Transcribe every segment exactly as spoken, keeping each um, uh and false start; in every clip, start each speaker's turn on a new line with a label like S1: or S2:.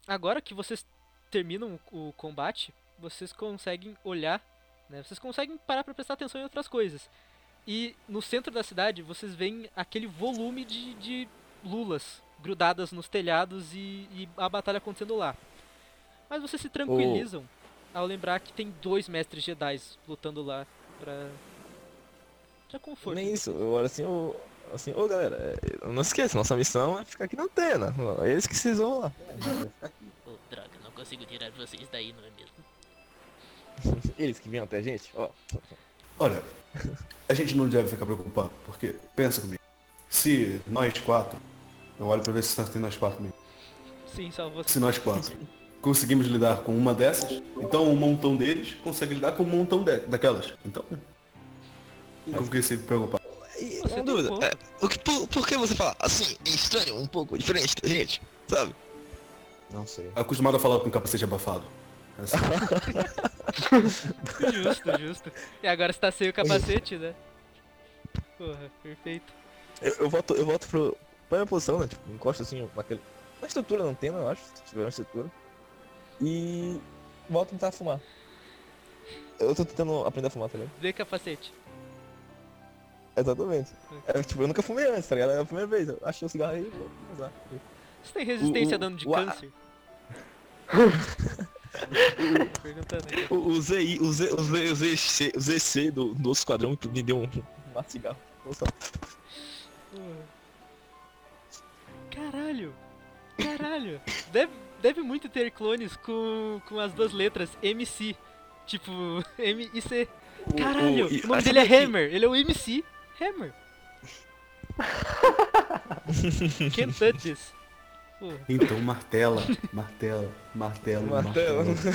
S1: agora que vocês terminam o combate, vocês conseguem olhar, né? Vocês conseguem parar pra prestar atenção em outras coisas. E no centro da cidade, vocês veem aquele volume de, de lulas grudadas nos telhados e, e a batalha acontecendo lá. Mas vocês se
S2: O...
S1: tranquilizam ao lembrar que tem dois mestres Jedi lutando lá pra, pra conforto
S2: Nem
S1: de
S2: isso,
S1: vocês.
S2: eu olho assim, ô, assim, ô galera, é, não esqueça, nossa missão é ficar aqui na antena. É eles que vocês vão lá.
S1: Oh, droga, não consigo tirar vocês daí, não é mesmo?
S2: Eles que vêm até a gente, ó.
S3: Olha, a gente não deve ficar preocupado, porque, pensa comigo, se nós quatro, eu olho pra ver se só tem nós quatro mesmo,
S1: Sim, só
S3: se
S1: vocês.
S3: nós quatro conseguimos lidar com uma dessas, então um montão deles consegue lidar com um montão de, daquelas. Então, não fiquei se preocupar.
S2: E
S1: Você
S2: uma
S1: tem um
S2: dúvida,
S1: ponto.
S2: é, o que, por, por que você fala assim, estranho, um pouco diferente da gente, sabe? Não sei.
S3: Acostumado a falar com capacete abafado. Assim,
S1: Justo, justo. E agora você tá sem o capacete, né? Porra, perfeito.
S2: Eu, eu volto, eu volto pro, pra minha posição, né? Tipo, encosto assim naquele, na estrutura da antena, eu acho, se tiver uma estrutura. E volto a tentar fumar. Eu tô tentando aprender a fumar, tá ligado?
S1: Dê capacete.
S2: Exatamente. É, tipo, eu nunca fumei antes, tá ligado? É a primeira vez. Eu achei o cigarro aí e vou usar.
S1: Você tem resistência
S2: O,
S1: a dano de
S2: o, o, a-
S1: câncer? Perguntando aqui.
S2: o, o Z I, o Z, o Z, o Z C, o Z C do, do esquadrão me deu um, um cigarro. Nossa.
S1: Porra. Caralho! Caralho! Deve, deve muito ter clones com, com as duas letras M C. Tipo, M e C.
S2: O,
S1: Caralho!
S2: o, e-
S1: O nome
S2: ah,
S1: dele é
S2: sabia que-
S1: Hammer. Ele é o M C. Hammer. Can't touch this. Porra.
S3: então martela, martela, martelo,
S2: Martelo.
S3: martelo.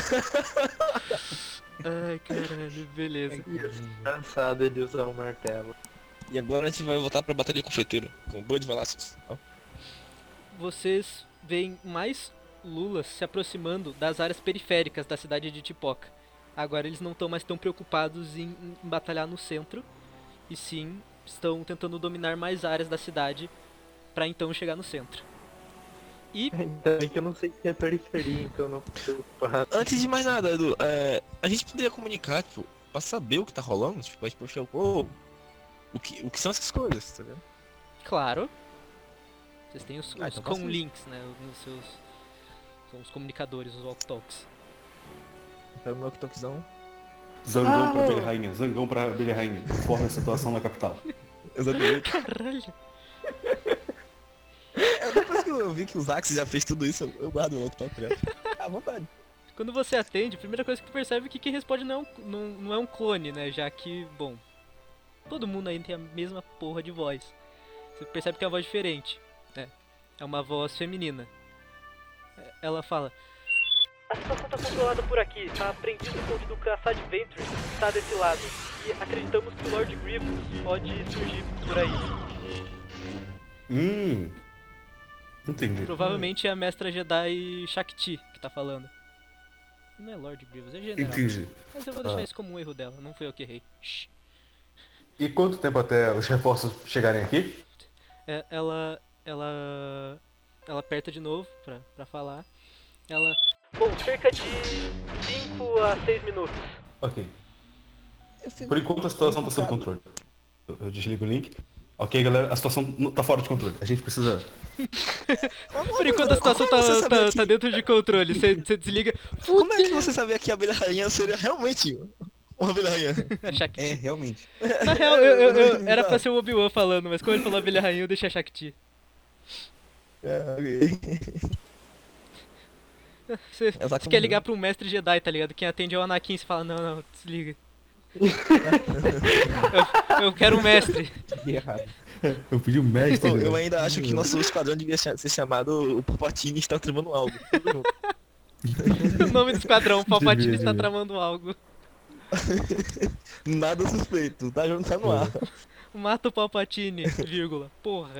S1: Ai, caralho, beleza.
S4: Engraçado ele usar o martelo.
S2: E agora a gente vai voltar pra Batalha Confeiteira, com Bud Velasquez. Ó.
S1: Vocês veem mais lulas se aproximando das áreas periféricas da cidade de Tipoca. Agora eles não estão mais tão preocupados em, em batalhar no centro, e sim estão tentando dominar mais áreas da cidade para então chegar no centro. E
S4: Ainda bem que eu não sei se é periferia, então eu não preciso preocupado.
S2: Antes de mais nada, Edu, é, a gente poderia comunicar, tipo, pra saber o que tá rolando, tipo, a gente pode chegar, pô, o que, o que são essas coisas, tá vendo?
S1: claro, vocês têm os,
S2: Ah,
S1: os
S2: então faça
S1: comlinks, né? Nos seus, são os comunicadores, os walk-talks.
S2: Pega o meu toquezão.
S3: Zangão pra
S4: Ah,
S3: abelha rainha, zangão pra abelha rainha. Informa a situação na capital.
S2: Exatamente.
S1: Caralho!
S2: É, depois que eu vi que o Zax já fez tudo isso, eu, eu guardo o Locktalk, tá ligado? À vontade.
S1: Quando você atende, a primeira coisa que tu percebe é que quem responde não é, um, não, não é um clone, né? Já que, bom, todo mundo aí tem a mesma porra de voz. Você percebe que é uma voz diferente, né? É uma voz feminina. É, Ela fala: a situação tá controlada por aqui, tá apreendido o ponto do Caçad Venture, tá desse lado. E acreditamos que o Lord Grievous pode surgir por aí.
S3: Hum. Entendi.
S1: Provavelmente é a mestra Jedi Shakti que tá falando. Não é Lord Grievous, é general.
S3: Entendi.
S1: Mas eu vou deixar
S3: Ah.
S1: isso como um erro dela, não fui eu que errei. Shhh.
S3: E quanto tempo até os reforços chegarem aqui?
S1: É, ela. Ela. Ela aperta de novo pra, pra falar. Ela. Bom, cerca de cinco a seis minutos.
S3: Ok.
S2: Eu fico-
S3: Por enquanto a situação tá sob controle. Eu eu desligo o link. Ok, galera, a situação não- tá fora de controle. A gente precisa.
S1: Por enquanto a situação tá,
S2: Como você sabia
S1: tá,
S2: que-
S1: tá dentro de controle. Você você desliga.
S2: Como é que você sabia que a abelha rainha seria realmente uma abelha rainha?
S1: A Shakti.
S5: É, realmente.
S1: Na real, eu, eu- eu- era pra ser o Obi-Wan falando, mas como ele falou abelha rainha, eu deixei a Shakti.
S2: É, ok.
S1: Você,
S2: É,
S1: você quer ligar pra um mestre Jedi, tá ligado? Quem atende é o Anakin e você fala: não, não, desliga. eu, eu quero um mestre.
S5: Que errado.
S3: Eu pedi um mestre.
S2: Eu, eu ainda acho que nosso esquadrão devia ser ser chamado o Palpatine está tramando algo. Tudo junto.
S1: O nome do esquadrão, Palpatine
S3: Devia,
S1: está
S3: devia.
S1: tramando algo.
S2: Nada suspeito, tá, tá no ar.
S1: Mata o Palpatine, vírgula. Porra.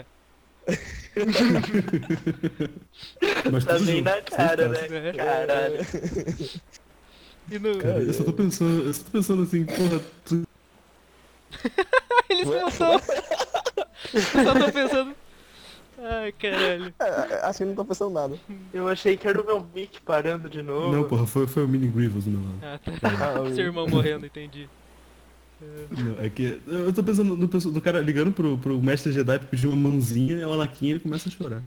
S3: Mas
S4: Tá
S3: tudo
S4: bem
S3: junto,
S4: na
S3: sem
S4: cara,
S3: espaço.
S4: né?
S1: É.
S4: Caralho.
S1: E no.
S3: Cara, eu só tô pensando, eu só tô pensando assim, porra, tu...
S1: Ele se matou! Eu só tô pensando. Ai, caralho.
S2: É, é, acho que ele não tá pensando nada.
S4: Eu achei que era o meu mic parando de novo.
S3: Não, porra, foi, foi o Mini Grievous do meu lado.
S1: Ah, tá.
S2: Ah,
S1: Seu irmão morrendo, entendi.
S3: Não, é que eu tô pensando no, perso- no cara ligando pro, pro mestre Jedi pra pedir uma mãozinha, é o Anakin e ele começa a chorar.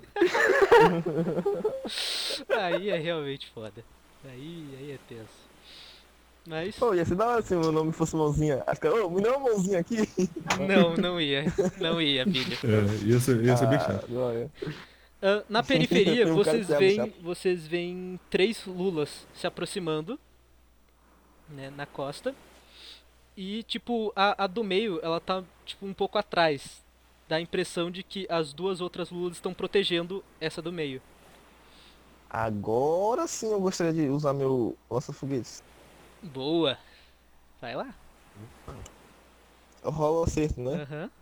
S1: Aí é realmente foda. Aí, aí é tenso. Mas,
S2: Pô, ia ser da hora se o meu nome fosse mãozinha. Acho que, ô, me dá uma mãozinha aqui.
S1: não, não ia. Não ia, filho.
S3: É, ia ser, ia ser bem
S2: Ah,
S3: chato.
S2: glória.
S1: Ah, na periferia,
S2: Tem um cara
S1: vocês
S2: que é
S1: veem,
S2: chato.
S1: vocês veem três lulas se aproximando, né, na costa. E, tipo, a, a do meio, ela tá, tipo, um pouco atrás. Dá a impressão de que as duas outras lulas estão protegendo essa do meio.
S2: Agora sim eu gostaria de usar meu lança-foguetes.
S1: Boa. Vai lá.
S2: Rola o acerto, né?
S1: Aham.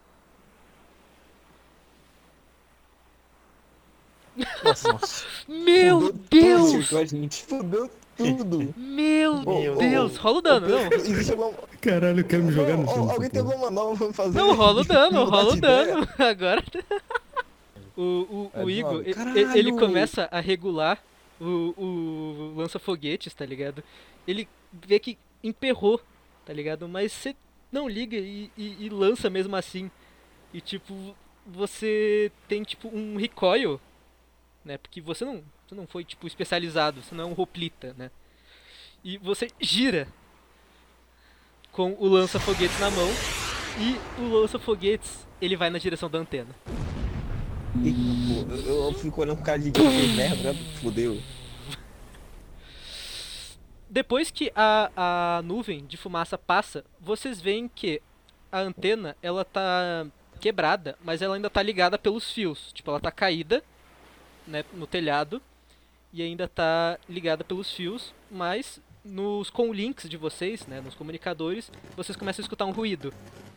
S2: Nossa, nossa.
S1: Meu
S2: Fudeu
S1: Deus!
S2: tudo com a gente. Fudeu tudo.
S1: Meu
S2: Meu
S1: Deus!
S2: Deus.
S1: Rola o dano, não.
S2: Existe alguma...
S3: Caralho, eu quero me jogar
S2: Não,
S3: no
S2: al-
S3: chão.
S2: alguém
S3: dessa
S2: tem
S3: porra.
S2: alguma manobra pra fazer?
S1: Não, rola o dano,
S2: Mudar
S1: rola o
S2: de ideia?
S1: dano. Agora. O, o,
S2: É
S1: o Igor,
S2: nove.
S1: e-
S3: Caralho!
S1: ele começa a regular o, o lança-foguetes, tá ligado? Ele vê que emperrou, tá ligado? Mas você não liga e, e- e lança mesmo assim. E tipo, você tem tipo um recoil, né? Porque você não, você não foi tipo especializado, você não é um hoplita, né? E você gira com o lança-foguetes na mão e o lança-foguetes ele vai na direção da antena.
S2: E, pô, eu, eu fico olhando com cara de que merda, né? Fudeu.
S1: Depois que a, a nuvem de fumaça passa, vocês veem que a antena ela tá quebrada, mas ela ainda tá ligada pelos fios. Tipo, ela tá caída, né, no telhado e ainda tá ligada pelos fios, mas nos comlinks de vocês, né, nos comunicadores, vocês começam a escutar um ruído.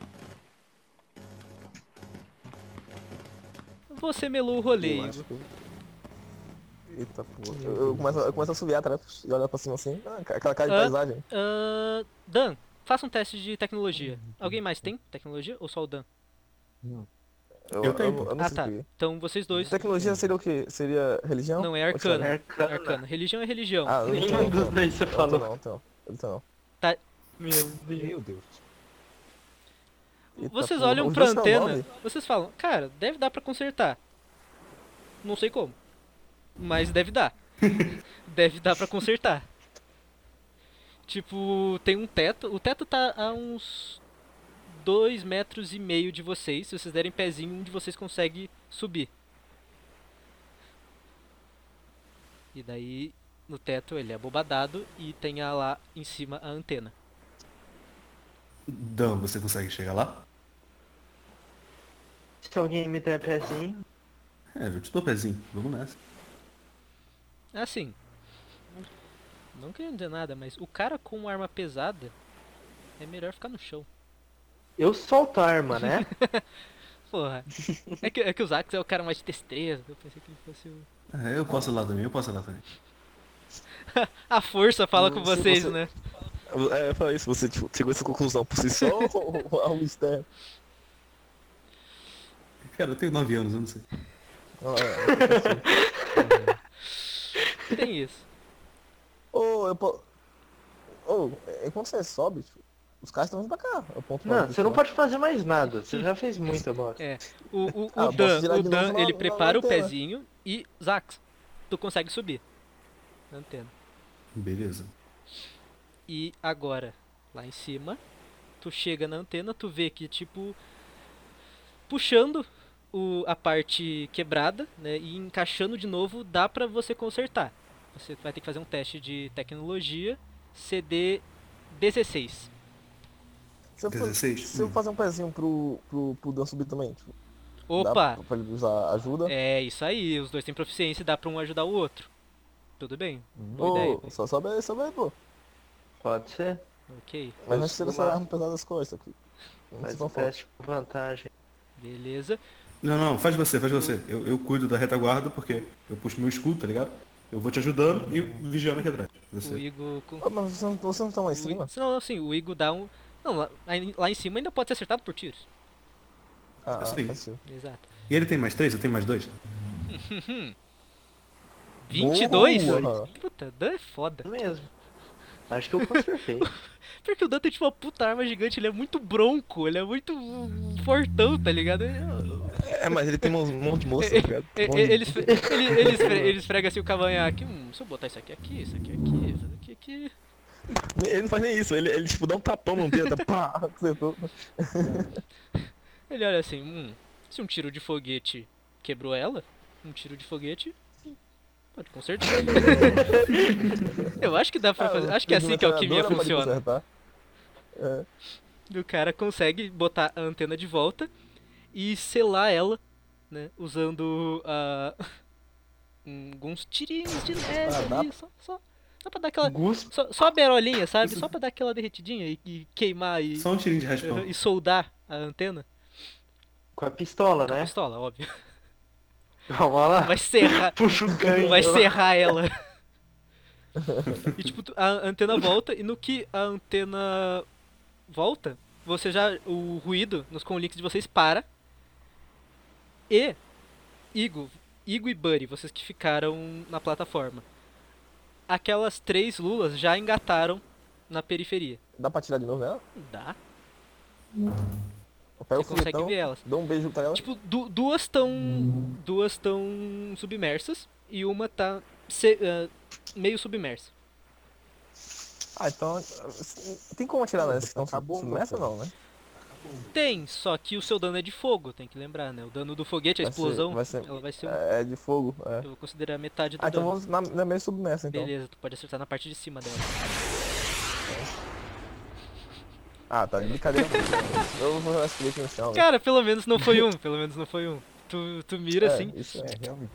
S1: Você melou o rolê,
S2: Eu
S1: Igor.
S2: acho que... Eita, pô. Eu, eu, começo, eu começo a subir atrás e olhar pra cima assim. Ah, aquela cara de
S1: Ah.
S2: paisagem.
S1: Ahn, Dan, faça um teste de tecnologia. Alguém mais tem tecnologia ou só o Dan?
S2: Eu,
S3: Eu tenho,
S2: eu, eu não
S1: Ah,
S2: sei
S1: tá.
S2: o que.
S1: Então vocês dois.
S2: Tecnologia seria o quê? Seria religião?
S1: Não, é
S2: Ou história?
S1: arcana.
S4: Arcana.
S1: Arcana. Religião é religião.
S2: Ah, eu não
S4: Nenhum
S2: tenho,
S4: dos
S2: então.
S4: dois você
S2: Eu tô
S4: falou.
S2: não, então. Eu tô não.
S4: Meu Deus.
S2: Meu Deus. Eita,
S1: Vocês
S2: porra.
S1: olham
S2: Os
S1: pra
S2: dois são
S1: antena,
S2: nove?
S1: vocês falam, cara, deve dar pra consertar. Não sei como. Mas deve dar. Deve dar pra consertar. Tipo, tem um teto. O teto tá a uns dois metros e meio de vocês. Se vocês derem pezinho, um de vocês consegue subir. E daí, no teto, ele é abobadado e tem a, lá em cima a antena.
S3: Dan, você consegue chegar lá?
S4: Se alguém me der pezinho.
S3: É, eu te dou pezinho. Vamos nessa.
S1: Assim, não querendo dizer nada, mas o cara com uma arma pesada é melhor ficar no chão.
S4: Eu solto a arma, né?
S1: Porra. É que, é que o Zax é o cara mais de destreza. Eu pensei que ele fosse o.
S3: É, eu posso ir lá também, eu posso ir lá também.
S1: A força fala
S2: Hum,
S1: com
S2: se
S1: vocês,
S2: você-
S1: né?
S2: É, eu falei isso, você tipo, chegou a essa conclusão por si só ou algo externo?
S3: Cara, eu tenho nove anos, eu não sei.
S2: Não, é,
S1: Tem isso.
S2: Ô, eu posso. Ô, enquanto você sobe, tipo, os caras estão vindo pra cá. Eu ponto pra
S4: Não,
S2: eles,
S4: você não
S2: né?
S4: pode fazer mais nada. Você já fez muita bosta.
S1: É. O, o, o
S2: Ah, eu posso
S1: Dan,
S2: girar
S1: o
S2: de
S1: Dan
S2: novo na-
S1: ele
S2: na-
S1: prepara
S2: na
S1: o
S2: antena.
S1: pezinho e, Zax, tu consegue subir. Na antena.
S3: Beleza.
S1: E agora, lá em cima, tu chega na antena, tu vê que, tipo, puxando o, a parte quebrada, né, e encaixando de novo, dá pra você consertar. Você vai ter que fazer um teste de tecnologia, C D dezesseis.
S2: Se eu, for-
S3: dezesseis?
S2: se eu
S3: Hum.
S2: fazer um pezinho pro, pro, pro Dan subir também, tipo, dá
S1: Opa!
S2: pra, pra ele usar ajuda?
S1: É isso aí, os dois têm proficiência e dá pra um ajudar o outro. Tudo bem, boa
S2: Ô,
S1: ideia.
S2: só sobe aí, sobe aí, pô.
S4: Pode ser.
S1: Ok,
S2: Mas não
S4: Eu
S2: tira
S4: subo
S2: essa
S4: lá.
S2: arma pesada das costas aqui. Não
S4: Faz
S2: se
S4: o
S2: conforme.
S4: teste com vantagem.
S1: beleza.
S3: Não, não, faz você, faz você. Eu, eu cuido da retaguarda porque eu puxo meu escudo, tá ligado? Eu vou te ajudando e vigiando aqui atrás.
S1: O
S3: Você.
S1: Igor com
S2: Ô, mas você não, você não tá lá em
S1: O
S2: cima?
S1: I- Não, assim, o Igor dá um. Não, lá, aí- lá em cima ainda pode ser acertado por tiros.
S2: Ah,
S3: Assim.
S2: faz sentido.
S1: Exato.
S3: E ele tem mais três? Eu tenho mais dois?
S1: vinte e dois?
S2: Boa.
S1: Puta, Dan é foda.
S4: É mesmo. Acho que eu consertei.
S1: Porque o Dan tem tipo uma puta arma gigante, ele é muito bronco, ele é muito fortão, tá ligado? Ele-
S2: É, mas ele tem um monte de moça, tá ligado?
S1: E-
S2: Um
S1: e-
S2: monte de-
S1: Ele, esfre- ele, ele, esfre- ele esfrega assim o cavanhaque. Hum, se eu botar isso aqui aqui, isso aqui aqui, isso aqui aqui.
S2: Ele não faz nem isso, ele, ele tipo dá um tapão no dedo, tá, pá, acertou.
S1: Ele olha assim, hum, se um tiro de foguete quebrou ela, um tiro de foguete pode consertar. Eu acho que dá pra fazer. Acho que é assim que a alquimia
S2: Metralhadora pode
S1: funciona.
S2: consertar. É.
S1: O cara consegue botar a antena de volta e selar ela, né? Usando ah, um- alguns tirinhos de leve
S2: Ah, dá
S1: ali, só, só, só pra dar aquela.
S4: Gus,
S1: Só, só a berolinha, sabe? Só pra dar aquela derretidinha e, e queimar e,
S3: Só um tirinho de raspão.
S1: e soldar a antena.
S4: com a pistola,
S1: Com a
S4: né?
S1: pistola, óbvio.
S4: Calma lá.
S1: Vai serrar.
S4: Puxa o ganho.
S1: Vai serrar ela. E tipo, tu- a antena volta e no que a antena volta, você já. O ruído nos conlinks de vocês para. E Igo, Igo e Buddy, vocês que ficaram na plataforma. Aquelas três lulas já engataram na periferia.
S2: Dá pra tirar de novo nela?
S1: Dá.
S2: Eu pego
S1: Você
S2: o
S1: consegue
S2: foguetão,
S1: ver elas.
S2: dou um beijo pra ela.
S1: Tipo, du- duas estão. Duas estão submersas e uma tá se- ah, meio submersa.
S2: Ah, então. Tem como atirar nessas que estão
S4: Acabou,
S2: submersas ou
S4: moça.
S2: não, né?
S1: Tem, só que o seu dano é de fogo, tem que lembrar, né? O dano do foguete, a
S2: Vai ser-
S1: explosão,
S2: vai ser-
S1: ela vai ser. um-
S2: É de fogo, é.
S1: Eu vou considerar metade do
S2: Ah, então
S1: dano.
S2: vamos na, na meio submersa então.
S1: Beleza, tu pode acertar na parte de cima dela.
S2: Ah, tá de brincadeira. Eu vou jogar esse foguete no chão. né?
S1: Cara, pelo menos não foi um, pelo menos não foi um. Tu, tu mira
S2: É,
S1: assim,
S2: Isso é, realmente.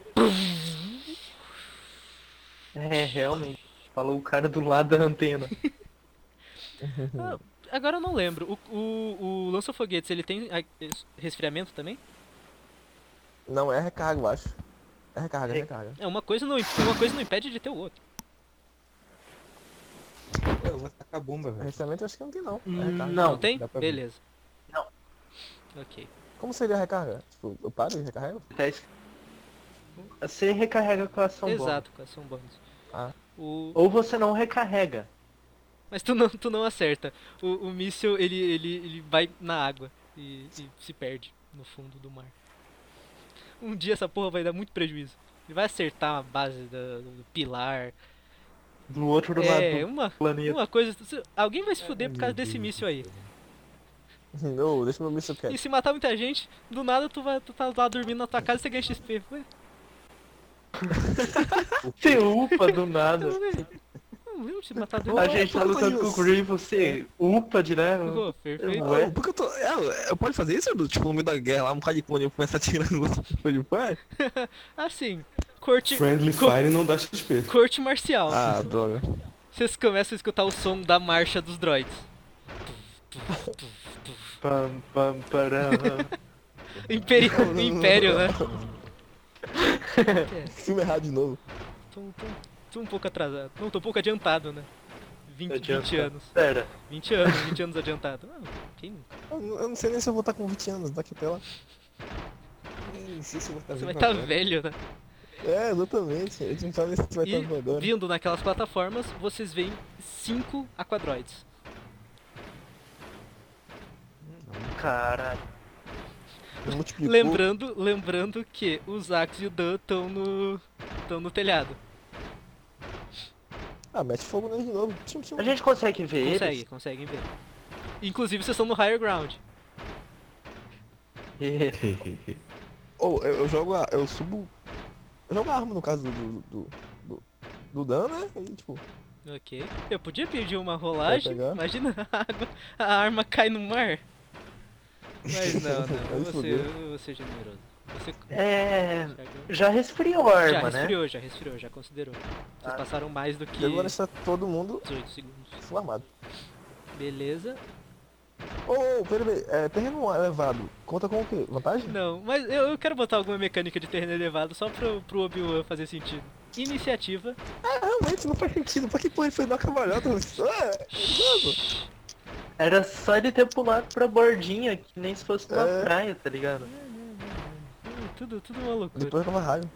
S4: É, realmente. Falou o cara do lado da antena.
S1: Ah, agora eu não lembro. O, o, o lança-foguetes, ele tem ah, es- resfriamento também?
S2: Não, é recarga, eu acho. É recarga, é
S4: Re-
S2: recarga.
S1: É, uma coisa não, imp- uma coisa não impede de ter o outro.
S5: Pô, eu vou tacar a bomba, velho.
S2: Resfriamento eu acho que não tem não. É
S4: Hum,
S2: recarga.
S1: Não,
S4: Não,
S1: tem?
S5: dá pra ver.
S1: Beleza.
S4: Não.
S1: Ok.
S2: Como seria a recarga? Tipo, eu paro e recarrego?
S4: Tá es- Você recarrega com a ação bônus.
S1: Exato, com ação bônus.
S2: Ah.
S1: O...
S4: Ou você não recarrega.
S1: Mas tu não, tu não acerta. O, o míssil, ele, ele, ele vai na água e, e se perde no fundo do mar. Um dia essa porra vai dar muito prejuízo. Ele vai acertar a base da- do pilar.
S4: Do outro
S1: É,
S4: lado do
S1: uma,
S4: planeta.
S1: uma coisa... se- Alguém vai se fuder por causa desse míssil aí.
S2: Não, deixa meu míssil quieto.
S1: E se matar muita gente, do nada tu, vai, tu tá lá dormindo na tua casa e você ganha X P. Ué,
S4: Você upa do nada.
S1: não lembro de matar dois.
S4: A gente tá lutando com o Green e você upa direto.
S1: Pô, perfeito.
S4: Ué?
S2: Ah, porque eu tô. É, eu pode fazer isso, Edu? Tipo, no meio da guerra lá, um bocado de clone eu começar atirando no foi de pai?
S1: Assim, corte,
S3: Friendly
S1: co-
S3: Fire não dá X P.
S1: corte marcial.
S2: Ah, droga.
S1: Vocês começam a escutar o som da marcha dos droids.
S4: Pam, pam, param.
S1: Império, Império, né?
S2: Filme errado de novo.
S1: Tô, tô, tô um pouco atrasado. Não, tô um pouco adiantado, né? vinte, vinte
S4: Adiantado.
S1: anos.
S4: Pera.
S1: vinte anos, vinte anos adiantado. Ah, quem?
S2: Eu, eu não sei nem se eu vou estar com vinte anos daqui pra lá.
S5: Nem sei se eu vou estar
S1: Você vai
S5: vivo
S1: estar
S5: agora.
S1: velho, né?
S2: É, exatamente. A gente não sabe se vai
S1: E
S2: estar voador.
S1: vindo naquelas plataformas, vocês veem cinco aquadroids.
S4: Caralho.
S2: Multiplicou.
S1: Lembrando, lembrando que o Zax e o Dan estão no, estão no telhado.
S2: Ah, mete fogo neles de novo. Tchum, tchum.
S4: A gente consegue ver
S1: Consegue,
S4: eles?
S1: conseguem ver. Inclusive vocês estão no higher ground.
S2: Ou eu, eu jogo a. Eu subo. Eu jogo a arma no caso do. do. do, do, do Dan, né? E tipo.
S1: Ok. Eu podia pedir uma rolagem,
S2: pegar?
S1: imagina a água, a arma cai no mar. Mas não, não, eu
S2: Aí
S1: vou ser,
S2: fodeu.
S1: eu vou ser generoso. Você
S4: É.
S1: já,
S4: Já resfriou a
S1: já
S4: arma, né?
S1: resfriou, já resfriou, já considerou. Vocês
S4: Ah.
S1: passaram mais do que
S2: E agora está todo mundo
S1: dezoito segundos.
S2: full armado.
S1: Beleza.
S2: Ô, oh, peraí, peraí. É, terreno elevado. Conta com o quê? Vantagem?
S1: Não, mas eu, eu quero botar alguma mecânica de terreno elevado só pro, pro Obi-Wan fazer sentido. Iniciativa.
S2: Realmente não faz sentido. Pra que porra ele foi dar uma cavalhota? É, exato.
S4: Era só ele ter pulado pra bordinha, que nem se fosse uma
S2: É.
S4: praia, tá ligado?
S1: tudo, tudo uma loucura.
S2: Depois tava raio.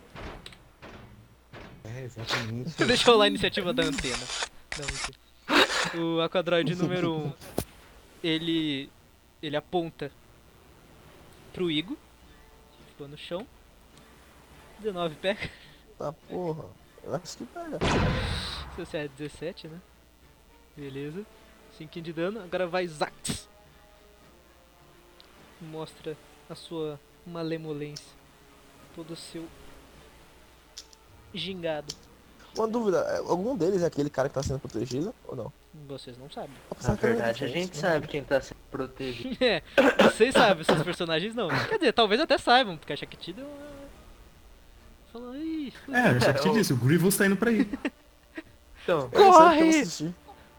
S5: É, exatamente.
S1: Deixa eu rolar a iniciativa da antena. Não, mentira. O Aquadroid número um, ele, ele aponta pro Igo, que ficou no chão. dezenove pega.
S2: Tá porra. Eu acho que pega.
S1: Se você é dezessete, né? Beleza. cinco de dano. Agora vai Zax. Mostra a sua malemolência. Todo o seu gingado.
S2: Uma dúvida, é, algum deles é aquele cara que tá sendo protegido ou não?
S1: Vocês não sabem.
S4: Na verdade, a gente sabe quem tá sendo protegido.
S1: É, vocês sabem, seus personagens não. Quer dizer, talvez até saibam, porque a Shakti deu uma... Falou, ih,
S3: É, eu já te disse, o Grievous tá indo pra aí.
S4: Então,
S2: Eu não sei porque eu não
S1: Corre!
S2: assisti.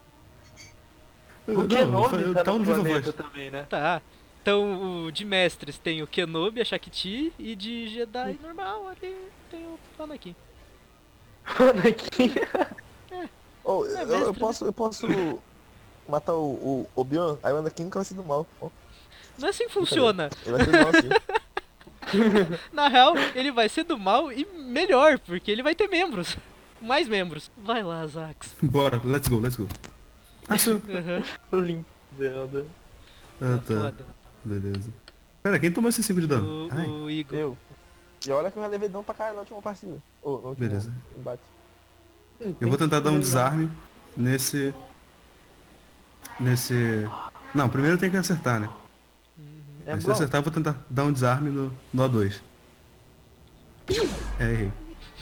S4: o
S3: Não,
S4: Kenobi tá
S3: tá
S4: no
S3: no Viva
S4: planeta
S3: Voz.
S4: também, né?
S1: tá. Então, o de mestres tem o Kenobi, a Shakti, e de Jedi normal ali tem o Anakin.
S4: Anakin.
S2: Oh,
S1: É
S2: eu,
S1: mestre,
S2: eu
S1: né?
S2: posso, eu posso matar o, o Obi-Wan, aí o Anakin nunca vai ser do mal. Ó,
S1: Não é assim que funciona.
S2: ele vai ser do mal assim.
S1: Na real, ele vai ser do mal e melhor, porque ele vai ter membros. Mais membros. Vai lá, Zax.
S3: Bora, let's go, let's go. Ah, seu...
S1: Aham.
S4: Link Zelda.
S3: ah
S1: Tá
S3: tá,
S1: foda.
S3: beleza. Pera, quem tomou esse cinco de dano?
S1: O,
S3: Ai,
S1: o Igor.
S2: Eu. E olha que eu já levei dano pra caralho na última partida. Ô, no último
S3: Beleza.
S2: embate.
S3: eu vou tentar dar um desarme nesse... Nesse... Não, primeiro tem que acertar, né?
S4: É
S3: Mas se
S4: bom.
S3: eu acertar, eu vou tentar dar um desarme no, no A dois. É, errei.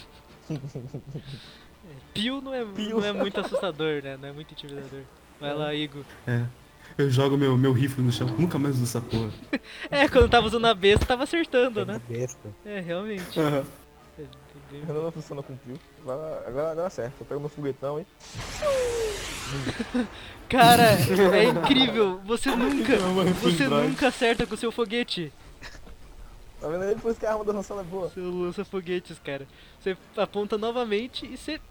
S1: Pio não é,
S2: Pio.
S1: não é muito assustador, né? Não é muito intimidador. Vai lá, Igor.
S3: É. Eu jogo meu, meu rifle no chão, nunca mais uso essa porra.
S1: É, quando tava usando a besta, tava acertando, né?
S5: Besta.
S1: É, realmente.
S3: Aham.
S1: É, bem-
S2: Ainda não funciona com o Pio. Agora, agora, agora acerta. Eu pego meu foguetão, hein?
S1: Cara, é incrível. Você nunca, você nunca acerta com o seu foguete.
S2: Tá vendo aí? Por isso que a arma da Hansel é boa.
S1: Seu lança foguetes, cara. Você aponta novamente e você...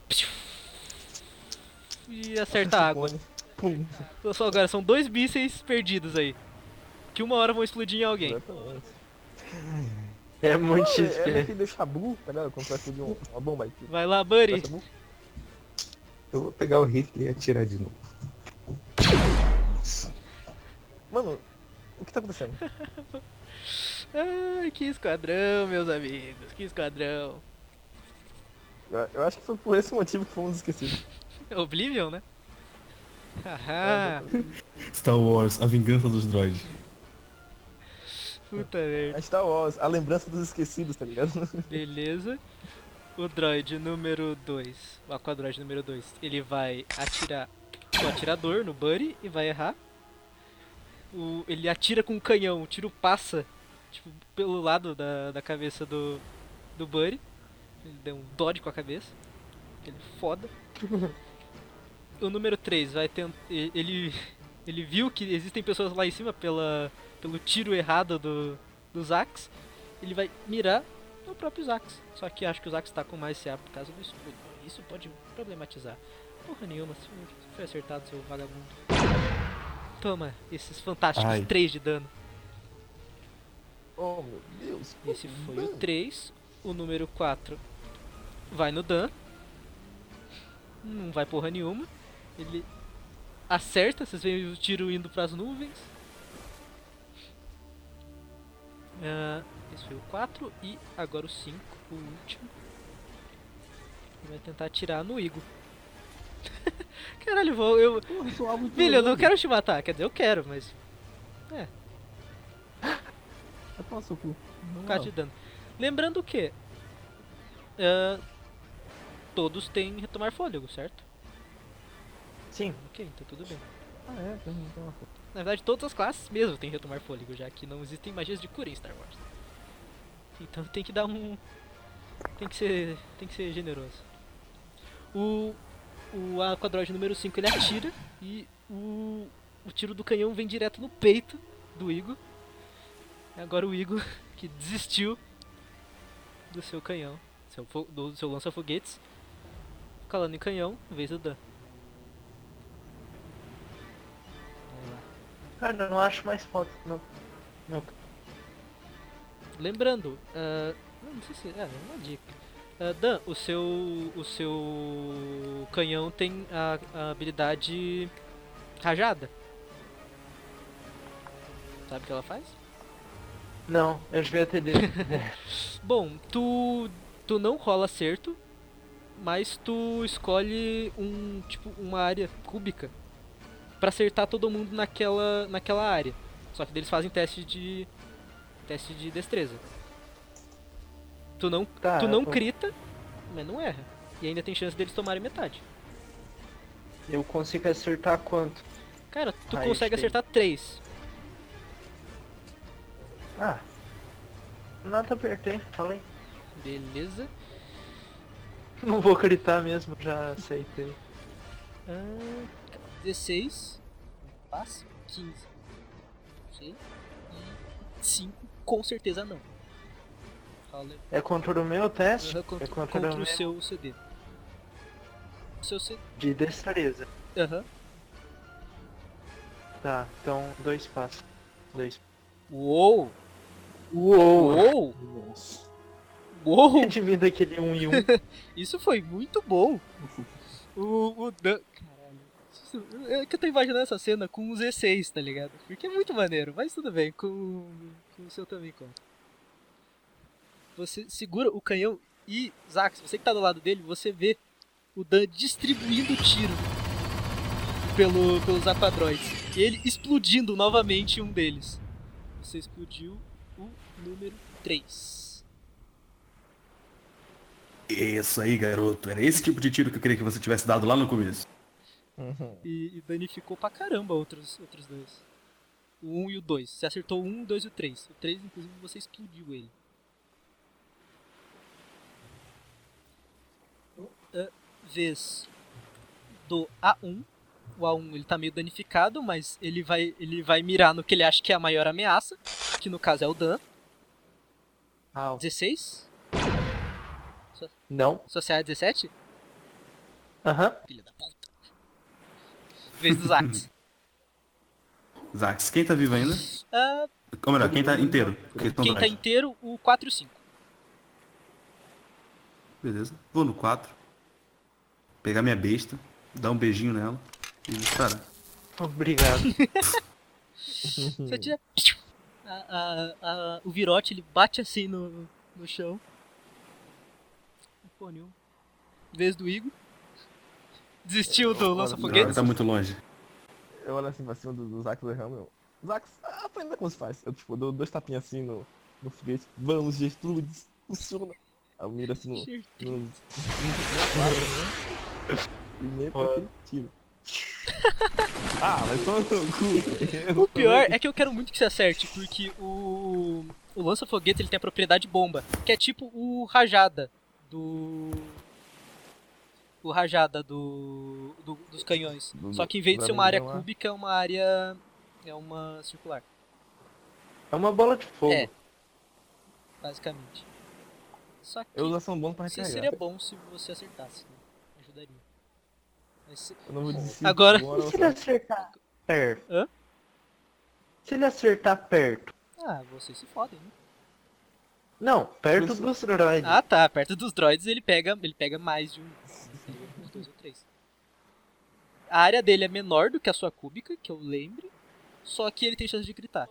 S1: E acerta a água.
S2: Ciclone. Pum.
S1: Só agora, são dois mísseis perdidos aí. Que uma hora vão explodir em alguém.
S2: Exatamente.
S4: É muito
S2: Pô, é
S4: X P.
S2: daquele do Shabu, tá ligado? Quando vai explodir um- uma bomba aí. tipo,
S1: Vai lá, Buddy.
S2: Shabu.
S5: Eu vou pegar o rifle e atirar de novo.
S2: Mano, o que tá acontecendo?
S1: Ai, que esquadrão, meus amigos. Que esquadrão.
S2: Eu, eu acho que foi por esse motivo que fomos esquecidos.
S1: Oblivion, né?
S2: É,
S1: Haha.
S3: Star Wars, a vingança dos droids.
S1: Puta merda.
S2: A Star Wars, a lembrança dos esquecidos, tá ligado?
S1: Beleza. O droid número dois, o aquadroid número dois, ele vai atirar com o atirador no Buddy e vai errar. O, ele atira com um canhão, o tiro passa tipo, pelo lado da, da cabeça do, do Buddy. Ele deu um dodge com a cabeça. Ele é foda. O número três vai tentar. Ele, ele viu que existem pessoas lá em cima pela, pelo tiro errado do, do Zax. Ele vai mirar no próprio Zax. Só que acho que o Zax tá com mais C A por causa do escudo. Isso pode problematizar. Porra nenhuma, se foi acertado, seu vagabundo. Toma, esses fantásticos
S3: Ai.
S1: três de dano.
S2: Oh meu Deus.
S1: Esse foi o três. O número quatro vai no Dan. Não vai porra nenhuma. Ele acerta, vocês veem o tiro indo pras nuvens. Ah, esse foi o quatro e agora o cinco, o último. Ele vai tentar atirar no Igor. Caralho, vou, eu.
S2: Porra, eu sou alvo de
S1: Filho, eu não
S2: todo
S1: quero te matar. Quer dizer, eu quero, mas. É,
S2: mundo. Vai tomar seu cu.
S1: não ficar te dando. Lembrando que. ah, todos têm retomar fôlego, certo?
S4: Sim.
S1: Ok, então tudo bem.
S2: Ah, é, tem, tem uma foto.
S1: Na verdade, todas as classes mesmo têm retomar fôlego, já que não existem magias de cura em Star Wars. Então tem que dar um. Tem que ser. Tem que ser generoso. O. O Aquadroid número cinco ele atira e o. O tiro do canhão vem direto no peito do Igor. Agora o Igor, que desistiu do seu canhão, seu fo- do seu lança-foguetes, calando em canhão, vez do Dan. Vamos lá.
S4: Cara, eu não acho mais foto. Não. Não.
S1: lembrando, ah, não, não sei se é, é uma dica. Ah, Dan, o seu o seu canhão tem a, a habilidade rajada. Sabe o que ela faz?
S4: Não, eu devia ter dito.
S1: Bom, tu tu não rola acerto, mas tu escolhe um tipo uma área cúbica pra acertar todo mundo naquela naquela área. Só que eles fazem teste de teste de destreza. Tu não
S4: Tá,
S1: tu não
S4: eu-
S1: crita, mas não erra. E ainda tem chance deles tomarem metade.
S4: Eu consigo acertar quanto?
S1: Cara, tu
S4: Aí,
S1: consegue
S4: achei.
S1: acertar três.
S4: Ah. Nada apertei, falei.
S1: Beleza.
S4: Não vou gritar mesmo, já aceitei.
S1: Ah, dezesseis. Passa. quinze. Não sei. E cinco, com certeza não. Rola
S4: É contra o meu teste?
S1: Aham, contra,
S4: é contra,
S1: contra
S4: o
S1: o
S4: meu
S1: seu C D. O seu C D.
S4: de destreza.
S1: Aham.
S4: Tá, então dois passos. Dois.
S1: Uou!
S4: Uou!
S1: Uou!
S2: Nossa.
S1: Uou!
S4: Redimindo aquele um e um.
S1: Isso foi muito bom! O, o Dan. Caralho. Isso- É que eu tô imaginando essa cena com um Z seis, tá ligado? Porque é muito maneiro, mas tudo bem, com, com o seu também conta. Você segura o canhão e, Zax, você que tá do lado dele, você vê o Dan distribuindo tiro pelo, pelos aquadroids. E ele explodindo novamente um deles. Você explodiu o número três.
S3: Isso aí, garoto. Era esse tipo de tiro que eu queria que você tivesse dado lá no começo.
S2: Uhum.
S1: E, e danificou pra caramba outros, outros dois. O um e o dois. Você acertou o um, o dois e o três. O três, inclusive, você explodiu ele. Ah, vez do A um. O A um ele tá meio danificado, mas ele vai, ele vai mirar no que ele acha que é a maior ameaça, que no caso é o Dan.
S4: Au.
S1: dezesseis?
S4: Não?
S1: Sua C A é dezessete?
S4: Aham.
S1: Filha da puta. Vez do Zax.
S3: Zax, quem tá vivo ainda?
S1: Ah,
S3: Ou melhor, quem tá inteiro? Porque estão
S1: quem tá
S3: dois.
S1: inteiro, o quatro e o cinco.
S3: Beleza. Vou no quatro. Pegar minha besta. Dar um beijinho nela. E disparar.
S4: Obrigado.
S1: Você tira. A, a, a, o virote ele bate assim no, no chão. Pô, nenhum. Vez do Igor. Desistiu do
S2: Olha,
S3: Droga,
S1: lança-foguetes.
S3: tá muito longe.
S2: Eu olho assim pra cima do, do Zax do Ramo. Zax, aprenda como se faz. Eu tipo, dou dois tapinhas assim no, no foguete. Vamos, Gertrudes, funciona. Aí eu miro assim no. no, no e meio pra aquele tiro. Ah, mas só no cu.
S1: O pior é que eu quero muito que você acerte, porque o, o lança-foguete ele tem a propriedade bomba, que é tipo o rajada do. O rajada do, do- dos canhões.
S2: Do-
S1: Só que em vez de
S2: do
S1: ser uma área
S2: amigão lá.
S1: cúbica, é uma área. É uma circular,
S4: É uma bola de fogo.
S1: É. basicamente. Só que
S2: Eu uso ação bônus pra
S1: se-
S2: recarregar.
S1: seria bom se você acertasse, né? Ajudaria. Mas se-
S2: Eu não vou desistir.
S1: Agora-
S2: Bora,
S4: E se ele acertar perto?
S1: Hã?
S4: Se ele acertar perto?
S1: Ah, vocês se fodem, né?
S4: Não, perto
S2: Mas-
S4: dos droids.
S1: Ah tá, perto dos droids ele pega, ele pega mais de um. Ele pega uns dois ou três. A área dele é menor do que a sua cúbica, que eu lembre. Só que ele tem chance de gritar.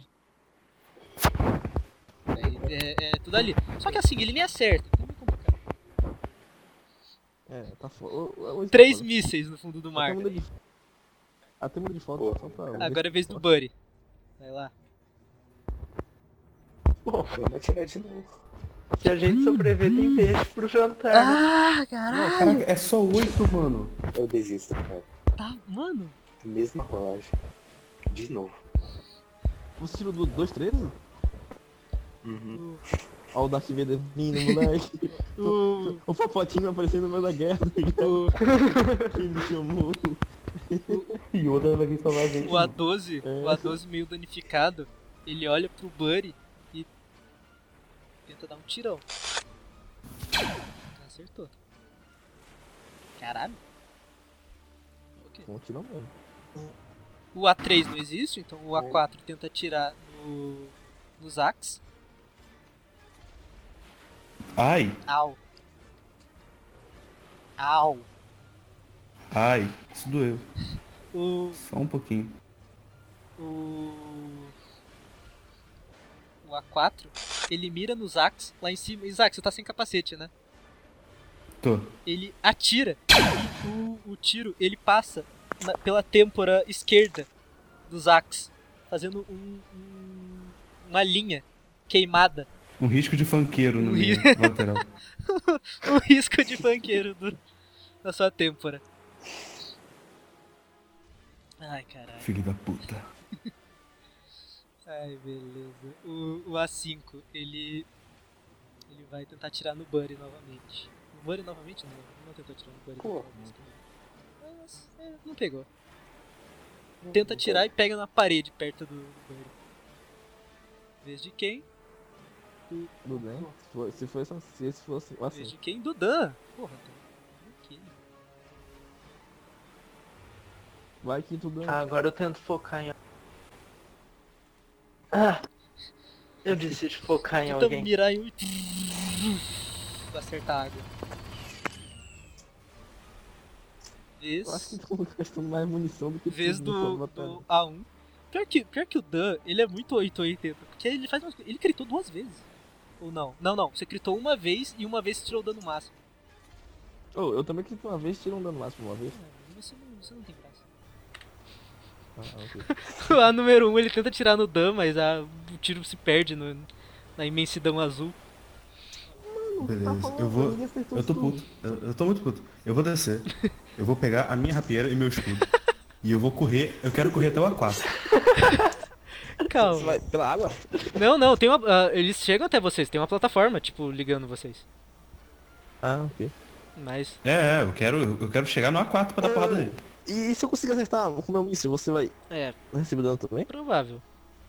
S1: É, é- é tudo ali. Só que assim, ele me acerta, então é meio complicado.
S2: É, tá foda.
S1: Três mísseis no fundo do mar.
S2: Até muda de. Até muda de foto só pra.
S1: Agora é vez do Buddy. Vai lá.
S4: Bom,
S5: Vamos atirar de novo.
S4: se a gente sobreviver, tem peixe pro jantar. né?
S1: Ah, caralho!
S3: Caraca, é só oito, mano.
S5: Eu desisto, cara.
S1: Tá, mano.
S5: Mesma rolagem. De novo.
S2: Você tirou do dois treze?
S5: Uhum.
S2: Olha o Darth Vader vindo, moleque.
S1: O.
S2: O papotinho aparecendo no meio da guerra.
S1: O,
S2: Ele me chamou.
S5: Yoda vai vir salvar a gente.
S1: o A doze,
S2: É.
S1: o A doze meio danificado, ele olha pro Buddy e tenta dar um tirão. Acertou. Caralho. Ok.
S2: Vamos tirar mesmo.
S1: O A três não existe, então o A quatro tenta atirar no, no Zax.
S3: Ai,
S1: Au. Au.
S3: ai, isso doeu.
S1: O.
S3: Só um pouquinho.
S1: O. O A quatro, ele mira no Zax lá em cima. E Zax, você tá sem capacete, né?
S3: Tô.
S1: Ele atira e o, o tiro ele passa na- pela têmpora esquerda do Zax, fazendo um, um- uma linha queimada.
S3: Um risco de funkeiro no
S1: Um
S3: meio
S1: ri-
S3: lateral.
S1: Um risco de banqueiro do- na sua têmpora. Ai, caralho.
S3: Filho da puta.
S1: Ai, beleza. O, o A cinco, ele. Ele vai tentar atirar no Buddy novamente. No Buddy novamente? Não, não tentou atirar no Buddy.
S4: Porra.
S1: Mas, é, não pegou. Tenta atirar e pega na parede perto do, do Buddy. Vez de quem?
S2: Tudo bem? Se for- Se fosse assim, se esse fosse
S1: Vez
S2: assim.
S1: de quem? Do Dan. Porra, Dan. Ok.
S2: Vai que tudo bem.
S4: Ah, agora eu tento focar em... Ah! Eu decidi focar em
S1: Tenta
S4: alguém.
S1: mirar em um pra acertar a água. Vez.
S2: Eu acho que estão gastando mais munição do que
S1: Vez
S2: tudo nessa
S1: do,
S2: batalha.
S1: do A um. Pior que, pior que o Dan, ele é muito oito ou oitenta. Porque ele faz umas coisas. Ele critou duas vezes. Ou não? Não, não. Você critou uma vez e uma vez você tirou o dano máximo.
S2: Oh, eu também clico uma vez, tiro um dano máximo uma vez.
S1: É, você não, você não tem graça.
S2: Ah, ok.
S1: O A número um ele tenta tirar no Dan, mas a, o tiro se perde no- na imensidão azul.
S3: Beleza, eu vou. Eu tô puto. Eu, eu tô muito puto. Eu vou descer. Eu vou pegar a minha rapieira e meu escudo. E eu vou correr. Eu quero correr até o A quatro.
S2: Você
S1: Calma.
S2: vai pela água?
S1: Não, não, tem uma. ah, eles chegam até vocês, tem uma plataforma, tipo, ligando vocês.
S2: Ah, ok.
S1: Mas.
S3: É, é, eu quero, eu quero chegar no A quatro pra dar porrada nele.
S2: E se eu conseguir acertar com o meu míssil, você vai
S1: É,
S2: receber dano também?
S1: provável.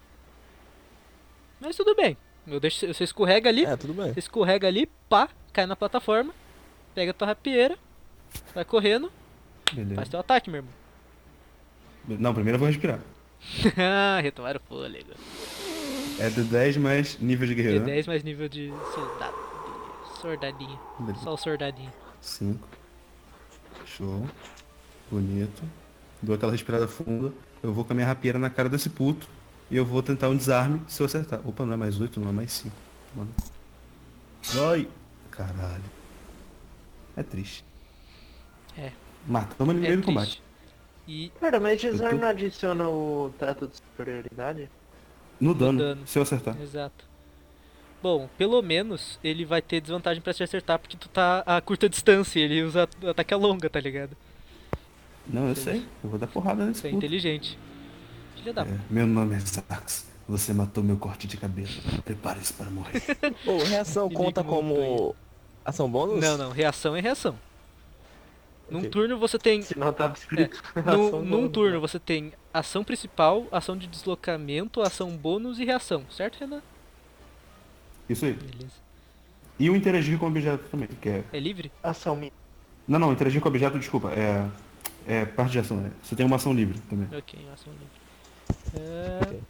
S1: Mas tudo bem. Eu deixo, você escorrega ali,
S2: É, tudo bem.
S1: você escorrega ali, pá, cai na plataforma, pega a tua rapieira, vai correndo,
S3: Beleza.
S1: faz teu ataque, meu irmão.
S3: Não, primeiro eu vou respirar.
S1: Ah, retomar o fôlego.
S3: É D dez mais nível de
S1: D
S3: guerreiro, né?
S1: dez mais nível de soldado. Soldadinho.
S3: Beleza.
S1: Só o soldadinho.
S3: cinco. Show. Bonito. Dou aquela respirada funda. Eu vou com a minha rapieira na cara desse puto. E eu vou tentar um desarme se eu acertar. Opa, não é mais oito, não é mais cinco. Mano. Ai. Caralho. É triste.
S1: É.
S3: Matamos ele no
S1: É
S3: meio do
S1: triste.
S3: combate.
S1: E
S4: Pera, mas
S3: Eu
S4: desarme
S3: tô-
S4: não adiciona o teto de superioridade?
S3: No dano,
S1: dano.
S3: se eu acertar.
S1: exato. Bom, pelo menos ele vai ter desvantagem pra te acertar porque tu tá a curta distância, ele usa ataque a longa, tá ligado?
S3: Não, eu sei. Eu vou dar porrada nesse
S1: Você é
S3: puto.
S1: inteligente. Filha da.
S3: É, meu nome é Zax. Você matou meu corte de cabelo. Prepare-se para morrer.
S2: Ô, reação
S1: Inimigo
S2: conta como ação bônus?
S1: Não, não, reação é reação. Num
S2: Ok.
S1: turno você tem.
S4: Se não tava escrito.
S1: Num,
S4: ação
S1: num
S4: bônus,
S1: turno
S4: né?
S1: você tem ação principal, ação de deslocamento, ação bônus e reação, certo, Renan?
S3: Isso aí.
S1: Beleza.
S3: E o interagir com o objeto também, que é...
S1: É livre?
S4: Ação minha.
S3: Não, não, interagir com o objeto, desculpa, é... É parte de ação, né? Você tem uma ação livre também.
S1: Ok, ação livre. É...
S2: Ok.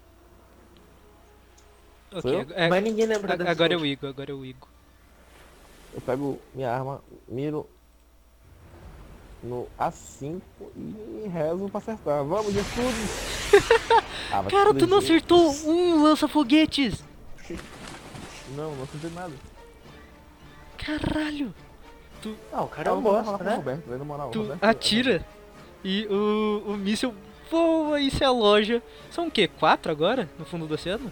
S1: Ok,
S2: Sou eu?
S1: ag- é-
S4: Mas ninguém lembra
S1: a-
S4: dessa
S1: agora é o
S4: última.
S1: Igor, agora é o Igor.
S2: Eu pego minha arma, miro no A cinco e rezo pra acertar. Vamos, Jesus! Ah, vai
S1: Cara,
S2: se
S1: tu não
S2: fuder.
S1: acertou um lança-foguetes!
S2: Não, não acertei nada.
S1: Caralho!
S4: Não, o cara é
S2: Eu
S4: um
S2: vou falar
S4: bosta,
S2: com o
S4: né?
S2: Roberto, velho, na moral.
S1: Tu
S2: Roberto,
S1: atira e o, o míssil voa e se aloja. São o quê? Quatro agora? No fundo do oceano?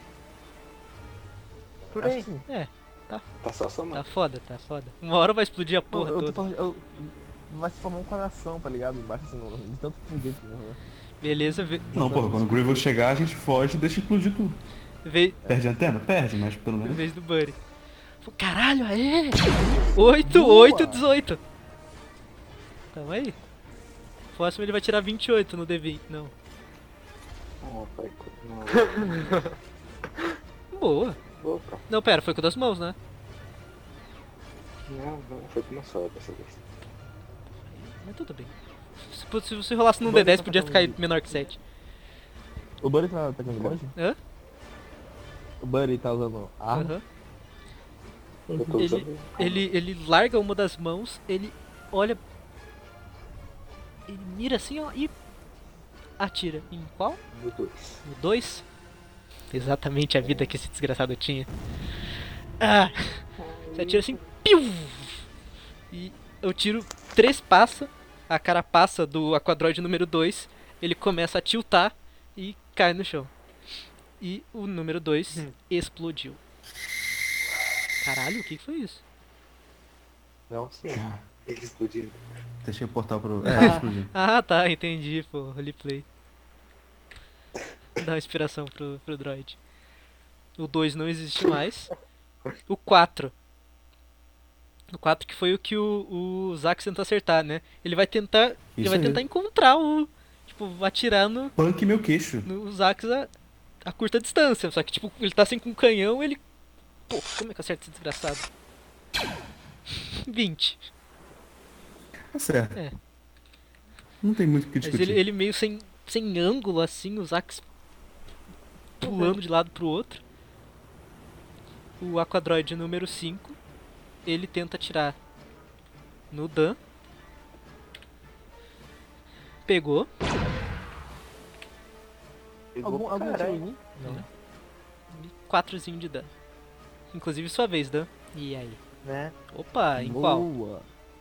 S4: Por
S2: Acho
S4: aí.
S2: que sim.
S1: É,
S5: Tá só somando.
S1: tá foda, tá foda. Uma hora vai explodir a
S2: Não,
S1: porra
S2: eu tô
S1: toda.
S2: falando, eu, vai se formar um coração, tá ligado? Embaixo assim, no- de tanto foguete que morreu.
S1: Beleza, ve
S3: Não, porra, quando o Grievous chegar, a gente foge e deixa explodir tudo.
S1: ve
S3: Perde a antena? Perde, mas pelo
S1: em
S3: menos...
S1: vez do Buddy. Caralho, aê! oito,
S2: Boa!
S1: oito, dezoito. Tamo aí. Próximo ele vai tirar vinte e oito no D vinte. Não.
S5: Oh, pai, não.
S1: Boa.
S5: Opa,
S1: Não, pera, foi com das mãos, né?
S5: não, não, foi com uma só dessa vez.
S1: Mas tudo bem. Se, se você rolasse num
S2: Buddy
S1: D dez,
S2: tá
S1: podia
S2: tacando
S1: ficar
S2: de-
S1: menor que sete.
S2: O Buddy tá pegando longe?
S1: Hã?
S2: O Buddy tá usando arma.
S1: Aham.
S4: Eu tô
S1: Ele,
S4: sabendo.
S1: ele, ele larga uma das mãos, ele olha. Ele mira assim, ó, e atira. Em qual?
S4: No dois.
S1: No dois? Exatamente a vida que esse desgraçado tinha. Ah! Você atira assim, piu! E eu tiro três passa, a carapaça do Aquadroid número dois, ele começa a tiltar e cai no chão. E o número dois
S4: Hum.
S1: explodiu. Caralho, o que que foi isso?
S4: Não, sim. Ele explodiu.
S3: Deixei o portal pro.
S1: Ah.
S3: É, explodiu.
S1: Ah, tá, entendi, pô, roleplay. Dá uma inspiração pro, pro droid. O dois não existe mais. O quatro. O quatro que foi o que o, o Zax tentou acertar, né? Ele vai tentar. Ele
S3: Isso
S1: vai
S3: aí.
S1: tentar encontrar o. Tipo, atirar no,
S3: Punk meu queixo.
S1: no Zax a, a curta distância. Só que, tipo, ele tá assim com um canhão, ele. Pô, como é que acerta esse desgraçado? vinte.
S3: Tá certo.
S1: É.
S3: Não tem muito o que
S1: Mas
S3: discutir.
S1: ele, ele meio sem, sem ângulo, assim, o Zax pulando de lado pro outro. O Aquadroid número cinco, ele tenta atirar no Dan. Pegou.
S4: Pegou
S2: Algum,
S4: pra
S2: algum
S4: caralho.
S2: tiro em mim? Não.
S1: Quatrozinho de Dan. Inclusive sua vez, Dan. E aí?
S4: Né?
S1: Opa, em qual?
S2: Boa.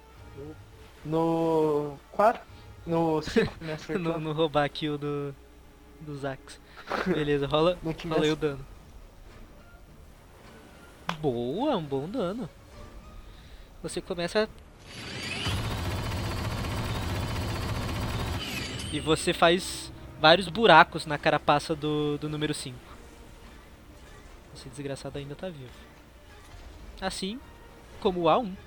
S4: No quatro? No cinco me acertou.
S1: no, no roubar aqui o do, do Zax. Beleza, rola,
S4: No que me
S1: rola aí o
S4: acertou.
S1: dano. Boa, um bom dano. Você começa. E você faz vários buracos na carapaça do, do número cinco. Esse desgraçado ainda tá vivo. Assim como o A um,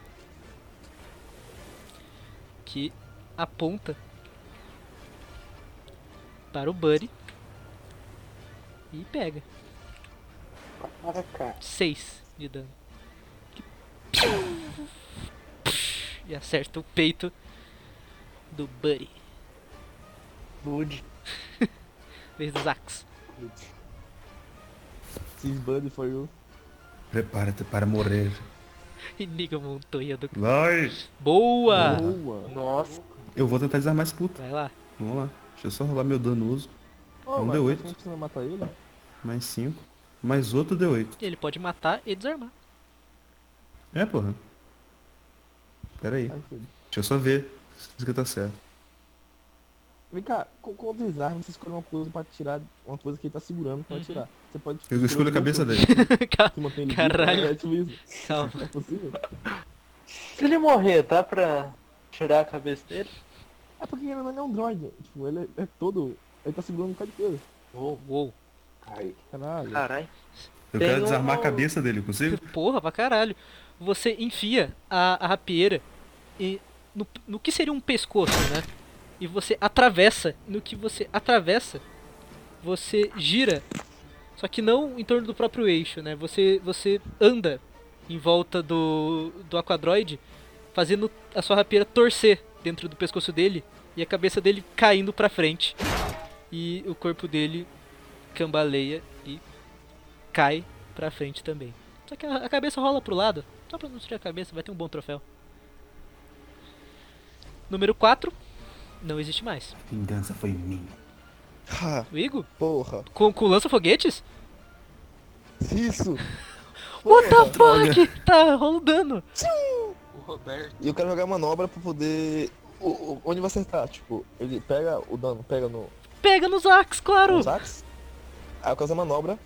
S1: que aponta para o Buddy e pega.
S4: Para cá.
S1: seis de dano. E acerta o peito do Buddy.
S4: Bud.
S1: Vez do Zax.
S2: Sis Buddy for you.
S3: Prepara-te para morrer.
S1: Inigo Montoya do.
S3: Vai!
S1: Boa!
S2: Boa.
S4: Nossa.
S3: Eu vou tentar desarmar esse puto.
S1: Vai lá.
S3: Vamos lá. Deixa eu só rolar meu danoso.
S2: Oh,
S3: Um
S2: mas
S3: D oito.
S2: a gente precisa matar ele?
S3: Mais cinco. Mais outro D oito.
S1: Ele pode matar e desarmar.
S3: É, porra. Pera aí.
S2: Ai, filho.
S3: Deixa eu só ver se isso aqui tá certo.
S2: Vem cá, com, com o desarme você escolhe uma coisa pra tirar, uma coisa que ele tá segurando pra
S1: Uhum.
S2: atirar. Você pode
S3: Eu escolho a cabeça dele.
S1: Cal-
S2: Que mantém ele
S1: Caralho.
S2: vivo, é tipo isso.
S1: Calma.
S2: É possível?
S4: Se ele morrer, dá pra tirar a cabeça dele?
S2: É porque ele não é um droid. Tipo, ele é, é todo. Ele tá segurando um bocado de coisa.
S4: Uou.
S1: Uou.
S4: Ai.
S2: Caralho.
S4: Caralho.
S3: Eu
S4: Tem
S3: quero
S4: um-
S3: desarmar a cabeça dele, consigo?
S1: Porra, pra caralho. Você enfia a, a rapieira e no, no que seria um pescoço, né? E você atravessa. No que você atravessa, você gira. Só que não em torno do próprio eixo, né? Você, você anda em volta do, do Aquadroid, fazendo a sua rapieira torcer dentro do pescoço dele e a cabeça dele caindo pra frente. E o corpo dele cambaleia e cai pra frente também. Só que a, a cabeça rola pro lado. Só pra não tirar a cabeça, vai ter um bom troféu. Número quatro. Não existe mais.
S3: Vingança foi minha.
S2: Ah,
S1: O Igor?
S2: porra.
S1: Com, com lança-foguetes?
S2: Isso.
S1: What the fuck? Tá rolando.
S5: O Roberto.
S2: E eu quero jogar manobra pra poder. O, o- onde vai acertar? Tipo, ele pega o dano, pega no,
S1: Pega nos Ax, claro.
S2: no sax. Aí eu quero fazer a manobra.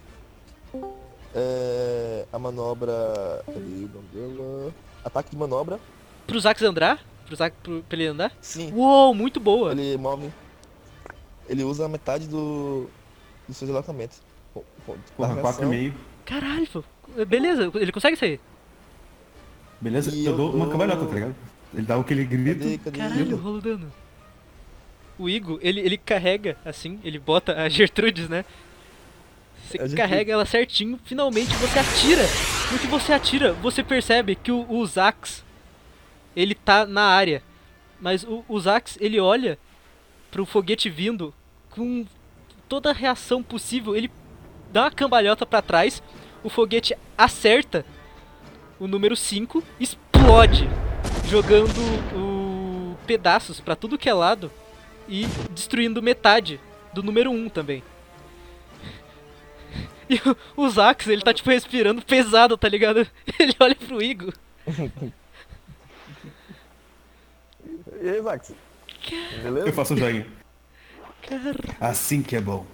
S2: É. A manobra. Cadê o nome dela? Ataque de manobra.
S1: Pro Zax andar? Pro Zax, pro, pra ele andar?
S2: Sim.
S1: Uou, muito boa.
S2: Ele move. Ele usa a metade do. dos seus deslocamentos. Com- com-
S3: Porra,
S2: largação.
S3: quatro e meio.
S1: Caralho, pô. Beleza, ele consegue sair.
S3: Beleza?
S2: E
S3: eu
S2: eu
S3: dou uma
S2: dou-
S3: cambalhota, tá ligado? Ele dá aquele grito.
S2: Cadê, cadê?
S1: Caralho, rola o dano. O Igor, ele, ele carrega assim, ele bota a Gertrudes, né? Você
S2: A Gertrude.
S1: carrega ela certinho, finalmente você atira. No que você atira, você percebe que o, o Zax, ele tá na área. Mas o, o Zax, ele olha pro foguete vindo com toda a reação possível. Ele dá uma cambalhota pra trás, o foguete acerta o número cinco explode, jogando o pedaços pra tudo que é lado e destruindo metade do número um também. E o, o Zax, ele tá tipo respirando pesado, tá ligado? Ele olha pro Igor.
S2: E aí, Max?
S3: Eu
S2: Beleza?
S3: faço um joinha.
S1: Cara,
S3: Assim que é bom.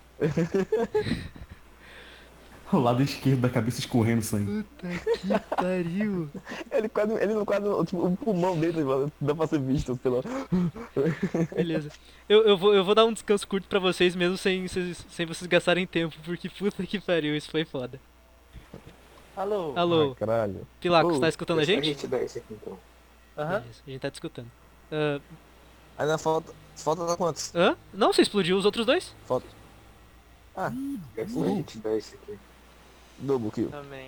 S3: O lado esquerdo da cabeça escorrendo sangue.
S1: puta que pariu.
S2: Ele quase, ele no quadro, tipo, o pulmão dele, mano, dá pra ser visto pela...
S1: Beleza. Eu, eu, vou, eu vou dar um descanso curto pra vocês mesmo sem, sem, sem vocês gastarem tempo, porque puta que pariu, isso foi foda.
S4: Alô?
S1: Alô,
S2: Ai, caralho.
S1: Pilacos,
S2: Ô,
S1: tá escutando a
S5: Deixa
S1: gente?
S5: a gente dar esse aqui então.
S4: Aham.
S1: Beleza, a gente tá te escutando. Ah,
S2: Ainda falta, falta dar quantos?
S1: hã? Não, você explodiu os outros dois?
S2: Falta...
S5: Deixa a
S2: Uhum.
S5: gente dar esse aqui.
S2: Double kill.
S4: Também.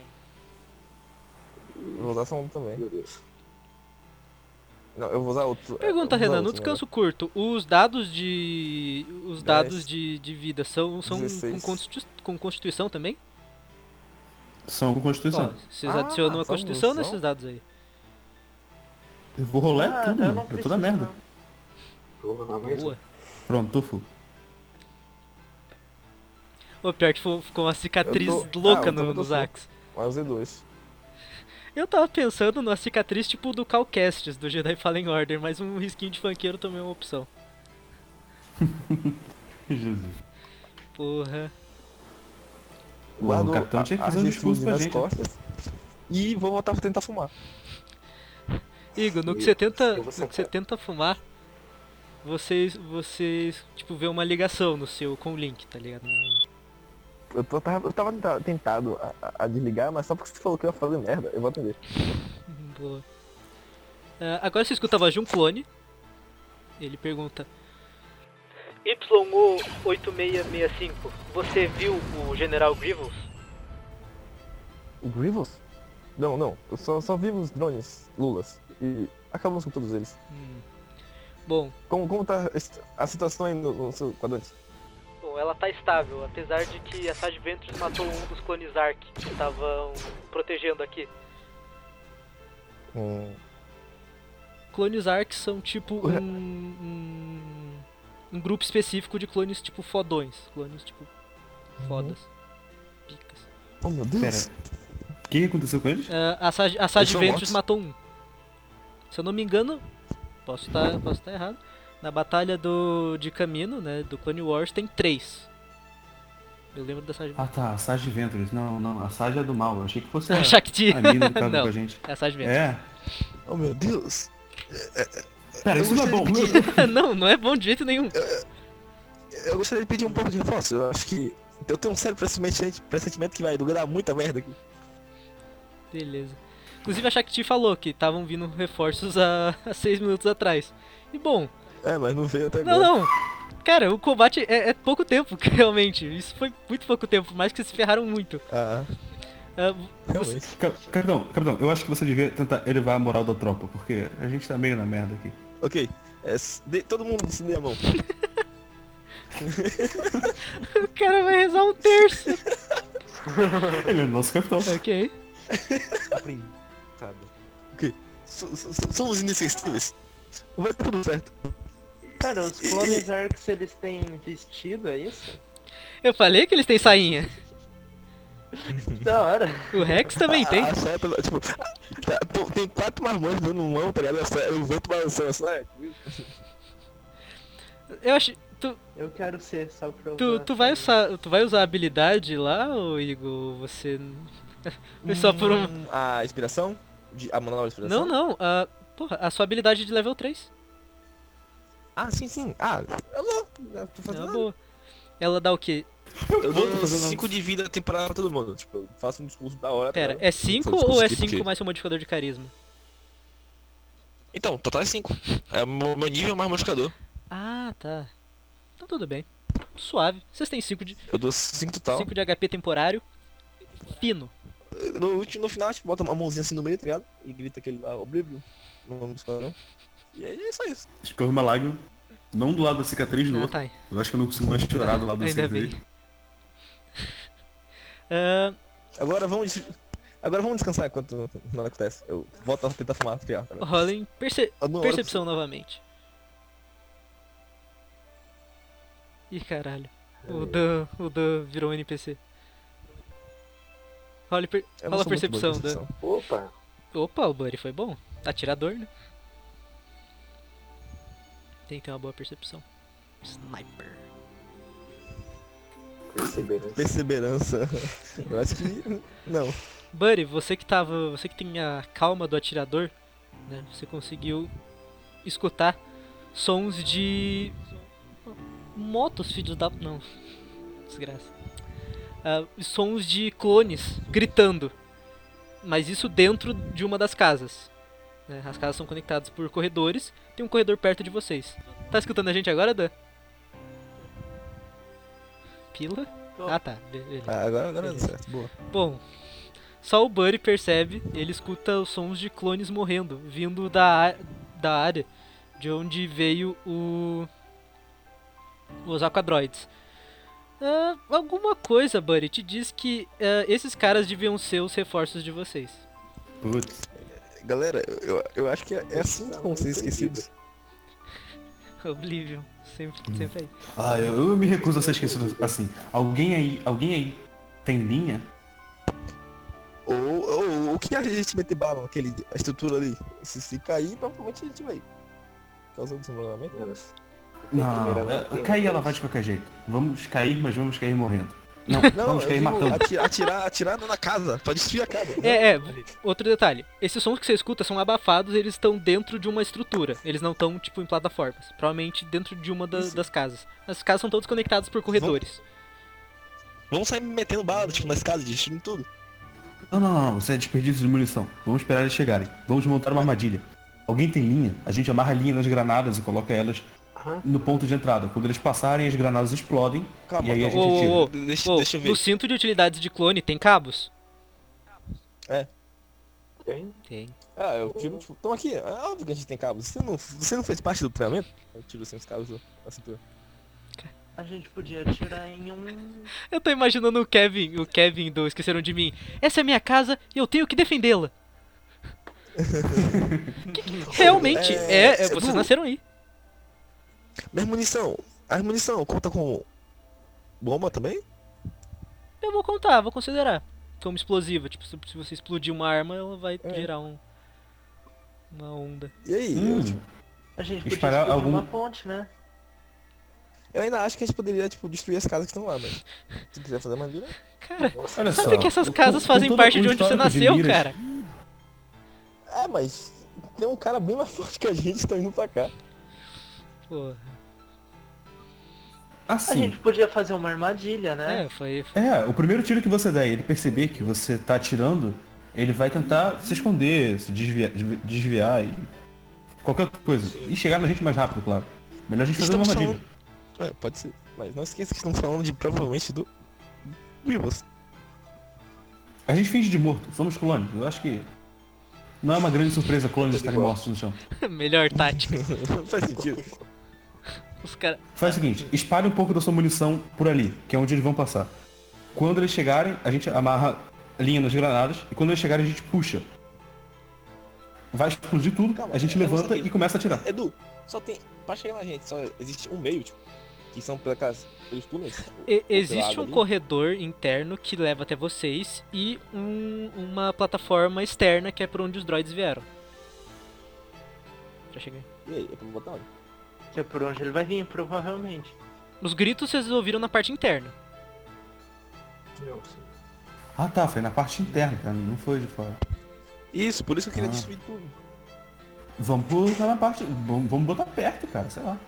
S2: Eu vou usar só um também.
S5: Meu Deus.
S2: Não, eu vou usar outro.
S1: Pergunta,
S2: eu vou usar
S1: Renan, no
S2: outro,
S1: descanso curto, os dados de. Os
S2: Dez.
S1: dados de, de vida são, são com,
S2: dezesseis.
S1: constitu- com constituição também?
S3: São com
S1: Ó,
S3: constituição.
S1: vocês
S2: Ah,
S1: adicionam a
S2: são-
S1: constituição
S2: são?
S1: nesses dados aí.
S3: Eu vou rolar
S4: Ah,
S3: tudo,
S4: eu
S3: mano.
S4: não
S3: Eu
S4: preciso,
S3: tô na merda.
S4: não.
S5: Vou rolar mais um.
S1: Boa.
S3: Pronto, tô full.
S1: Ô, pior que ficou ficou uma cicatriz
S2: Eu tô-
S1: louca
S2: ah, eu tô-
S1: no,
S2: eu tô
S1: no
S2: full.
S1: Zax.
S2: Mas usei dois.
S1: Eu tava pensando numa cicatriz tipo do Calcastes, do Jedi Fallen Order, mas um risquinho de funkeiro também é uma opção.
S3: Jesus.
S1: Porra.
S3: O
S2: Guardo
S3: capitão tinha que fazer um
S2: as
S3: discurso pra
S2: nas
S3: gente, né?
S2: costas. E vou voltar pra tentar fumar.
S1: Igor, no que você tenta,
S5: Eu vou
S1: no que
S5: sacar.
S1: você tenta fumar, vocês, vocês, tipo, vê uma ligação no seu, com o Link, tá ligado?
S2: Eu, tô, tava, eu tava tenta- tentado a, a- a desligar, mas só porque você falou que eu ia fazer merda, eu vou atender.
S1: Boa. Ah, agora você escuta a voz de um clone. Ele pergunta: Y O oito seis seis cinco, você viu o General Grievous?
S2: O Grievous? Não, não. Eu só, só vi os drones, Lulas. E acabamos com todos eles.
S1: Hum. Bom,
S2: Como, como tá est- a situação aí no, no seu quadrante?
S1: bom, ela tá estável, apesar de que a Sage Ventress matou um dos clones Ark que estavam protegendo aqui.
S2: Hum,
S1: Clones Ark são tipo um, um, um grupo específico de clones tipo fodões. Clones tipo fodas. Picas.
S2: oh meu Deus.
S3: Pera. O que aconteceu com eles?
S1: Ah, a Sage, a Sage
S2: são
S1: Ventress
S2: mortos?
S1: matou um. Se eu não me engano, posso estar posso tá errado. Na batalha do de Camino, né, do Clone Wars, tem três. Eu lembro da Sage
S3: Ah tá, a Sage Ventress. Não, não, a Sage é do mal. Eu achei que fosse
S1: A
S3: a,
S1: Shakti.
S3: a mina que tava
S1: Não,
S3: com a gente.
S1: é a Sage Ventress.
S3: É?
S2: Oh meu Deus.
S3: Pera, isso não é bom.
S1: não, não é bom de jeito nenhum.
S2: Eu gostaria de pedir um pouco de reforço. Eu acho que eu tenho um sério pressentimento, pressentimento que vai dar muita merda aqui.
S1: Beleza. Inclusive a Shakti falou que estavam vindo reforços há, há seis minutos atrás. E bom,
S2: É, mas não veio até
S1: não,
S2: agora.
S1: não. Cara, o combate é, é pouco tempo, realmente. Isso foi muito pouco tempo, mais que se ferraram muito.
S2: Ah,
S1: Ah, você-
S2: realmente.
S3: Ca- Capitão, capitão, eu acho que você devia tentar elevar a moral da tropa, porque a gente tá meio na merda aqui.
S2: Ok. É, s- de- todo mundo se dê a mão.
S1: o cara vai rezar um terço.
S3: Ele é nosso capitão.
S1: Ok.
S5: Aprendi. Sabe?
S2: S- s- Somos inesquecíveis. Vai dar tudo certo.
S4: Cara, os clones Arcs, eles têm vestido, é isso?
S1: Eu falei que eles têm sainha.
S4: Da hora.
S1: O Rex também tem.
S2: A, a saia pela- tipo, tá, pô, tem quatro marmanjos dando mão, tá ligado? A saia- O vento balançando a saia.
S1: Eu acho. Tu,
S4: Eu quero ser só pra
S1: tu, tu, vai usar, tu vai usar a habilidade lá, ou Igor? Você. Foi só por um.
S2: Hum, A inspiração? De, a manual de
S1: Não,
S2: inspiração?
S1: não. A, porra, a sua habilidade de level três.
S2: Ah, sim, sim. Ah, eu vou. Eu tô
S1: É
S2: fazendo
S1: uma
S2: nada.
S1: boa. Ela dá o quê?
S2: Eu dou
S3: fazendo
S2: cinco de vida temporária pra todo mundo. Tipo, eu faço um discurso da hora. tá
S1: Pera,
S2: ligado?
S1: é cinco
S2: Faço um
S1: ou é
S2: discurso
S1: cinco
S2: porque-
S1: mais seu modificador de carisma?
S2: Então, total é cinco. É o meu meu nível mais modificador.
S1: Ah, tá. Então tudo bem. Suave. Vocês têm cinco de,
S2: Eu dou cinco total.
S1: cinco de H P temporário. Fino.
S2: No, último- no final, a gente bota uma mãozinha assim no meio, tá ligado? E grita aquele lá, Oblivion, no nome do esquadrão. E aí é só isso.
S3: Escorre uma lágrima. Não do lado da cicatriz, do
S1: Ah,
S3: outro.
S1: tá.
S3: Eu acho que eu não consigo mais chorar do lado da
S1: Ainda
S3: cicatriz.
S1: bem. Ah,
S2: Agora vamos, Agora vamos descansar enquanto nada acontece. Eu volto a tentar fumar pior. Tá?
S1: Rolem perce...
S2: Eu não olho
S1: percepção novamente. Ih, caralho. O Dan, o Dan virou um N P C. Role per...
S2: Eu não
S1: Rola
S2: sou muito bom
S1: percepção,
S2: de
S1: Dan.
S2: percepção.
S4: Opa,
S1: Opa, o Buddy foi bom. Atirador, né? Tem que ter uma boa percepção. Sniper.
S4: perceberam.
S2: Perseverança. Eu acho que. Não.
S1: Buddy, você que tava. Você que tem a calma do atirador, né? Você conseguiu escutar sons de. Motos, filhos da. Não. Desgraça. Ah, sons de clones gritando. Mas isso dentro de uma das casas. Né? As casas são conectadas por corredores. Tem um corredor perto de vocês. Tá escutando a gente agora, Dan? Pila?
S4: Tô.
S1: Ah tá, be- beleza.
S2: Ah, agora, agora deu certo. Boa.
S1: Bom, só o Buddy percebe, ele escuta os sons de clones morrendo, vindo da, á- da área de onde veio o os aquadroids. Ah, alguma coisa, Buddy, te diz que ah, esses caras deviam ser os reforços de vocês.
S3: Putz.
S2: Galera, eu, eu acho que é é assim que vão ser esquecidos.
S1: Oblivion, sempre, sempre aí.
S3: Ah, eu, eu me recuso a ser esquecido assim. Alguém aí, alguém aí tem linha?
S2: Ou, ou o que a gente meter bala naquele a estrutura ali? Se, se cair, provavelmente a gente vai. Causando desmoronamento. né?
S3: Não, é, cair ela vai de qualquer jeito. Vamos cair, mas vamos cair morrendo. Não,
S2: Não,
S3: vamos
S2: eu
S3: cair
S2: digo
S3: matando.
S2: atirar, atirar, atirar na casa, pra destruir a casa.
S1: É, é, outro detalhe. Esses sons que você escuta são abafados, eles estão dentro de uma estrutura. Eles não estão, tipo, em plataformas. Provavelmente dentro de uma da-
S2: Isso.
S1: das casas. As casas são todas conectadas por corredores.
S2: Vamos sair metendo bala, tipo, nas casas, destruindo tudo.
S3: Não, não, não, isso é desperdício de munição. Vamos esperar eles chegarem. Vamos montar uma armadilha. Alguém tem linha? A gente amarra a linha nas granadas e coloca elas
S4: Aham.
S3: no ponto de entrada. Quando eles passarem, as granadas explodem.
S2: Calma,
S3: E aí a
S2: calma.
S3: gente
S1: Ô, ô,
S3: tira.
S1: ô,
S2: Deixa,
S1: ô,
S2: deixa eu ver.
S1: no cinto de utilidades de clone tem cabos?
S4: Tem?
S1: Tem.
S2: Ah, eu tiro, tipo, tamo aqui. É óbvio que a gente tem cabos. Você não, você não fez parte do treinamento? Eu tiro assim os cabos do- da cintura.
S4: A gente podia atirar em um...
S1: Eu tô imaginando o Kevin, o Kevin do Esqueceram de Mim. Essa é minha casa e eu tenho que defendê-la. Que- Realmente,
S2: É,
S1: é, é, vocês
S2: Edu.
S1: nasceram aí.
S2: Mas munição, a munição conta com bomba também?
S1: Eu vou contar, vou considerar. Como explosiva, tipo, se, se você explodir uma arma, ela vai
S2: É.
S1: gerar um, uma onda.
S2: E aí?
S3: Hum,
S2: Eu, tipo,
S4: A gente podia
S3: Espalhar
S4: explodir
S3: algum-
S4: uma ponte, né?
S2: eu ainda acho que a gente poderia, tipo, destruir as casas que estão lá, mas se quiser fazer uma vila.
S1: Cara,
S3: olha só.
S1: sabe que essas
S3: com-
S1: casas
S3: com
S1: fazem
S3: todo
S1: parte
S3: o
S1: de onde você
S3: histórico de
S1: nasceu,
S3: miras-
S1: cara?
S2: É, mas tem um cara bem mais forte que a gente que tá indo pra cá.
S1: Porra.
S4: A
S3: Assim,
S4: gente podia fazer uma armadilha, né?
S1: É, foi.
S3: é, o primeiro tiro que você der e ele perceber que você tá atirando, ele vai tentar se esconder, se desviar, desvi- desviar e qualquer outra coisa. E chegar na gente mais rápido, claro. Melhor a gente fazer uma
S2: Estamos
S3: armadilha.
S2: falando... É, pode ser. Mas não esqueça que estamos falando de provavelmente do... Vivos.
S3: A gente finge de morto, somos clones. Eu acho que não é uma grande surpresa clones estarem mortos no chão.
S1: Melhor tática.
S2: Não faz sentido.
S1: Os caras.
S3: Faz o seguinte, espalhe um pouco da sua munição por ali, que é onde eles vão passar. Quando eles chegarem, a gente amarra a linha nas granadas e quando eles chegarem a gente puxa. Vai explodir tudo,
S2: Calma,
S3: a gente
S2: eu não
S3: levanta
S2: sei.
S3: e começa a atirar.
S2: Edu, só tem... Pra chegar na gente, só existe um meio, tipo, que são pelas, pelos túneis. tipo,
S1: E-
S2: ou pela
S1: existe
S2: água
S1: um
S2: ali.
S1: corredor interno que leva até vocês e um- uma plataforma externa que é por onde os droids vieram. Já cheguei.
S2: E aí, é pra botar onde?
S4: Que é por onde ele vai vir, provavelmente.
S1: Os gritos vocês ouviram na parte interna.
S3: Ah tá, foi na parte interna, cara, não foi de fora.
S2: Isso, por isso que eu queria
S3: Ah.
S2: destruir tudo.
S3: Vamos botar na parte. Vamos, vamos botar perto, cara, sei lá.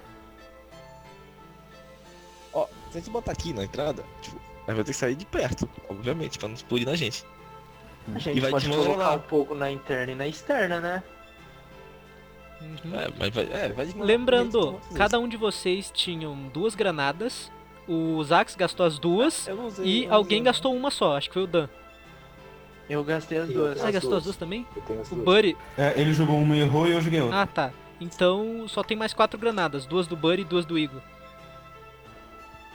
S2: Ó, se a gente botar aqui na entrada, tipo, a gente vai ter que sair de perto, obviamente, pra não explodir na gente.
S4: A gente
S2: vai
S4: pode
S2: desmoronar.
S4: colocar um pouco na interna e na externa, né?
S1: Uhum.
S2: É, mas vai, é, vai desmoronar.
S1: Lembrando, cada um de vocês tinham duas granadas. O Zax gastou as duas
S2: Eu não usei,
S1: e
S2: eu não
S1: alguém
S2: usei.
S1: gastou uma só, acho que foi o Dan.
S4: Eu gastei as
S5: Eu
S4: duas.
S1: Você
S5: As
S1: gastou
S5: duas.
S1: as duas também?
S5: Eu tenho as
S1: O
S5: duas.
S1: Buddy.
S3: É, ele jogou uma e errou e eu joguei outra.
S1: Ah tá. Então só tem mais quatro granadas, duas do Buddy e duas do Igor.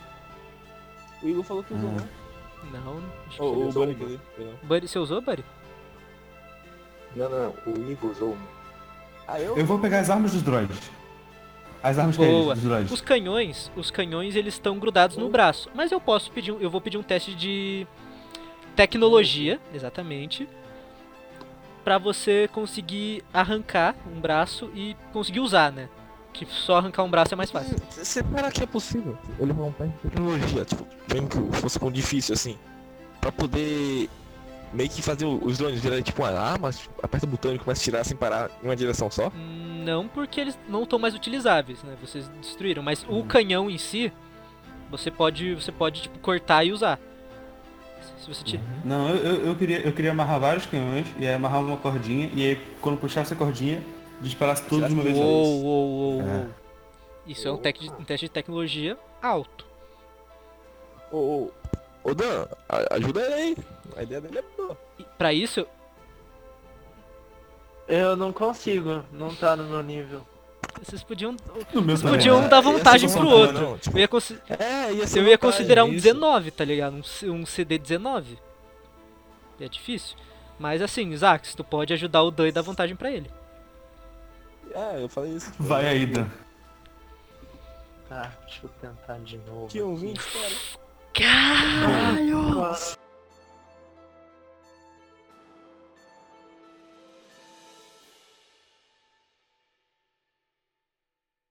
S2: O Igor falou que usou,
S3: Ah.
S2: né?
S1: Não, acho que
S2: Ô,
S5: Ele
S2: o
S5: usou
S2: Bunny,
S5: uma.
S2: quer dizer, perdão.
S1: Buddy, você usou, Buddy?
S5: Não, não, o Ivo usou um.
S2: Ah, eu?
S3: Eu vou pegar as armas dos droids. As armas
S1: Boa.
S3: dos droids.
S1: Os canhões, os canhões eles estão grudados no braço, mas eu posso pedir, um- eu vou pedir um teste de tecnologia, exatamente, pra você conseguir arrancar um braço e conseguir usar, né? Que só arrancar um braço é mais fácil.
S2: Você para que é possível. Eu levar um teste de tecnologia, tipo, mesmo que fosse com difícil assim. Pra poder meio que fazer o- os drones virarem tipo uma arma, tipo, aperta o botão e começa a tirar sem parar em uma direção só.
S1: Não porque eles não estão mais utilizáveis, né? Vocês destruíram, mas o canhão em si, você pode, você pode tipo cortar e usar. Se você tira.
S3: Não, eu, eu, eu queria, eu queria amarrar vários canhões e aí amarrar uma cordinha e aí quando puxasse a cordinha, disparasse tudo de uma vez só.
S1: Uou, uou, uou,
S3: É.
S1: uou. Isso é um, tec de- um teste de tecnologia alto.
S2: Ô, ô, ô Dan, a- ajuda ele aí. A ideia dele é boa.
S1: E pra isso,
S4: Eu não consigo, não tá no meu nível.
S1: vocês podiam,
S3: No meu
S1: vocês
S3: também.
S1: podiam
S2: É,
S1: dar
S2: ia ser
S1: vantagem
S2: com
S1: pro
S2: vantagem,
S1: outro.
S2: não, tipo,
S1: Eu ia, consi-
S2: É, ia ser
S1: eu ia
S2: vantagem,
S1: considerar um
S2: isso.
S1: dezenove, tá ligado? Um, C- um C D dezenove. É difícil. Mas assim, Zax, tu pode ajudar o Dan e dar vantagem pra ele.
S2: É, eu falei isso. tipo,
S3: Vai aí, Dan.
S4: Tá, deixa eu tentar de novo.
S2: Que um
S4: aqui.
S2: vinte, cara.
S1: Caralho!
S4: Nossa.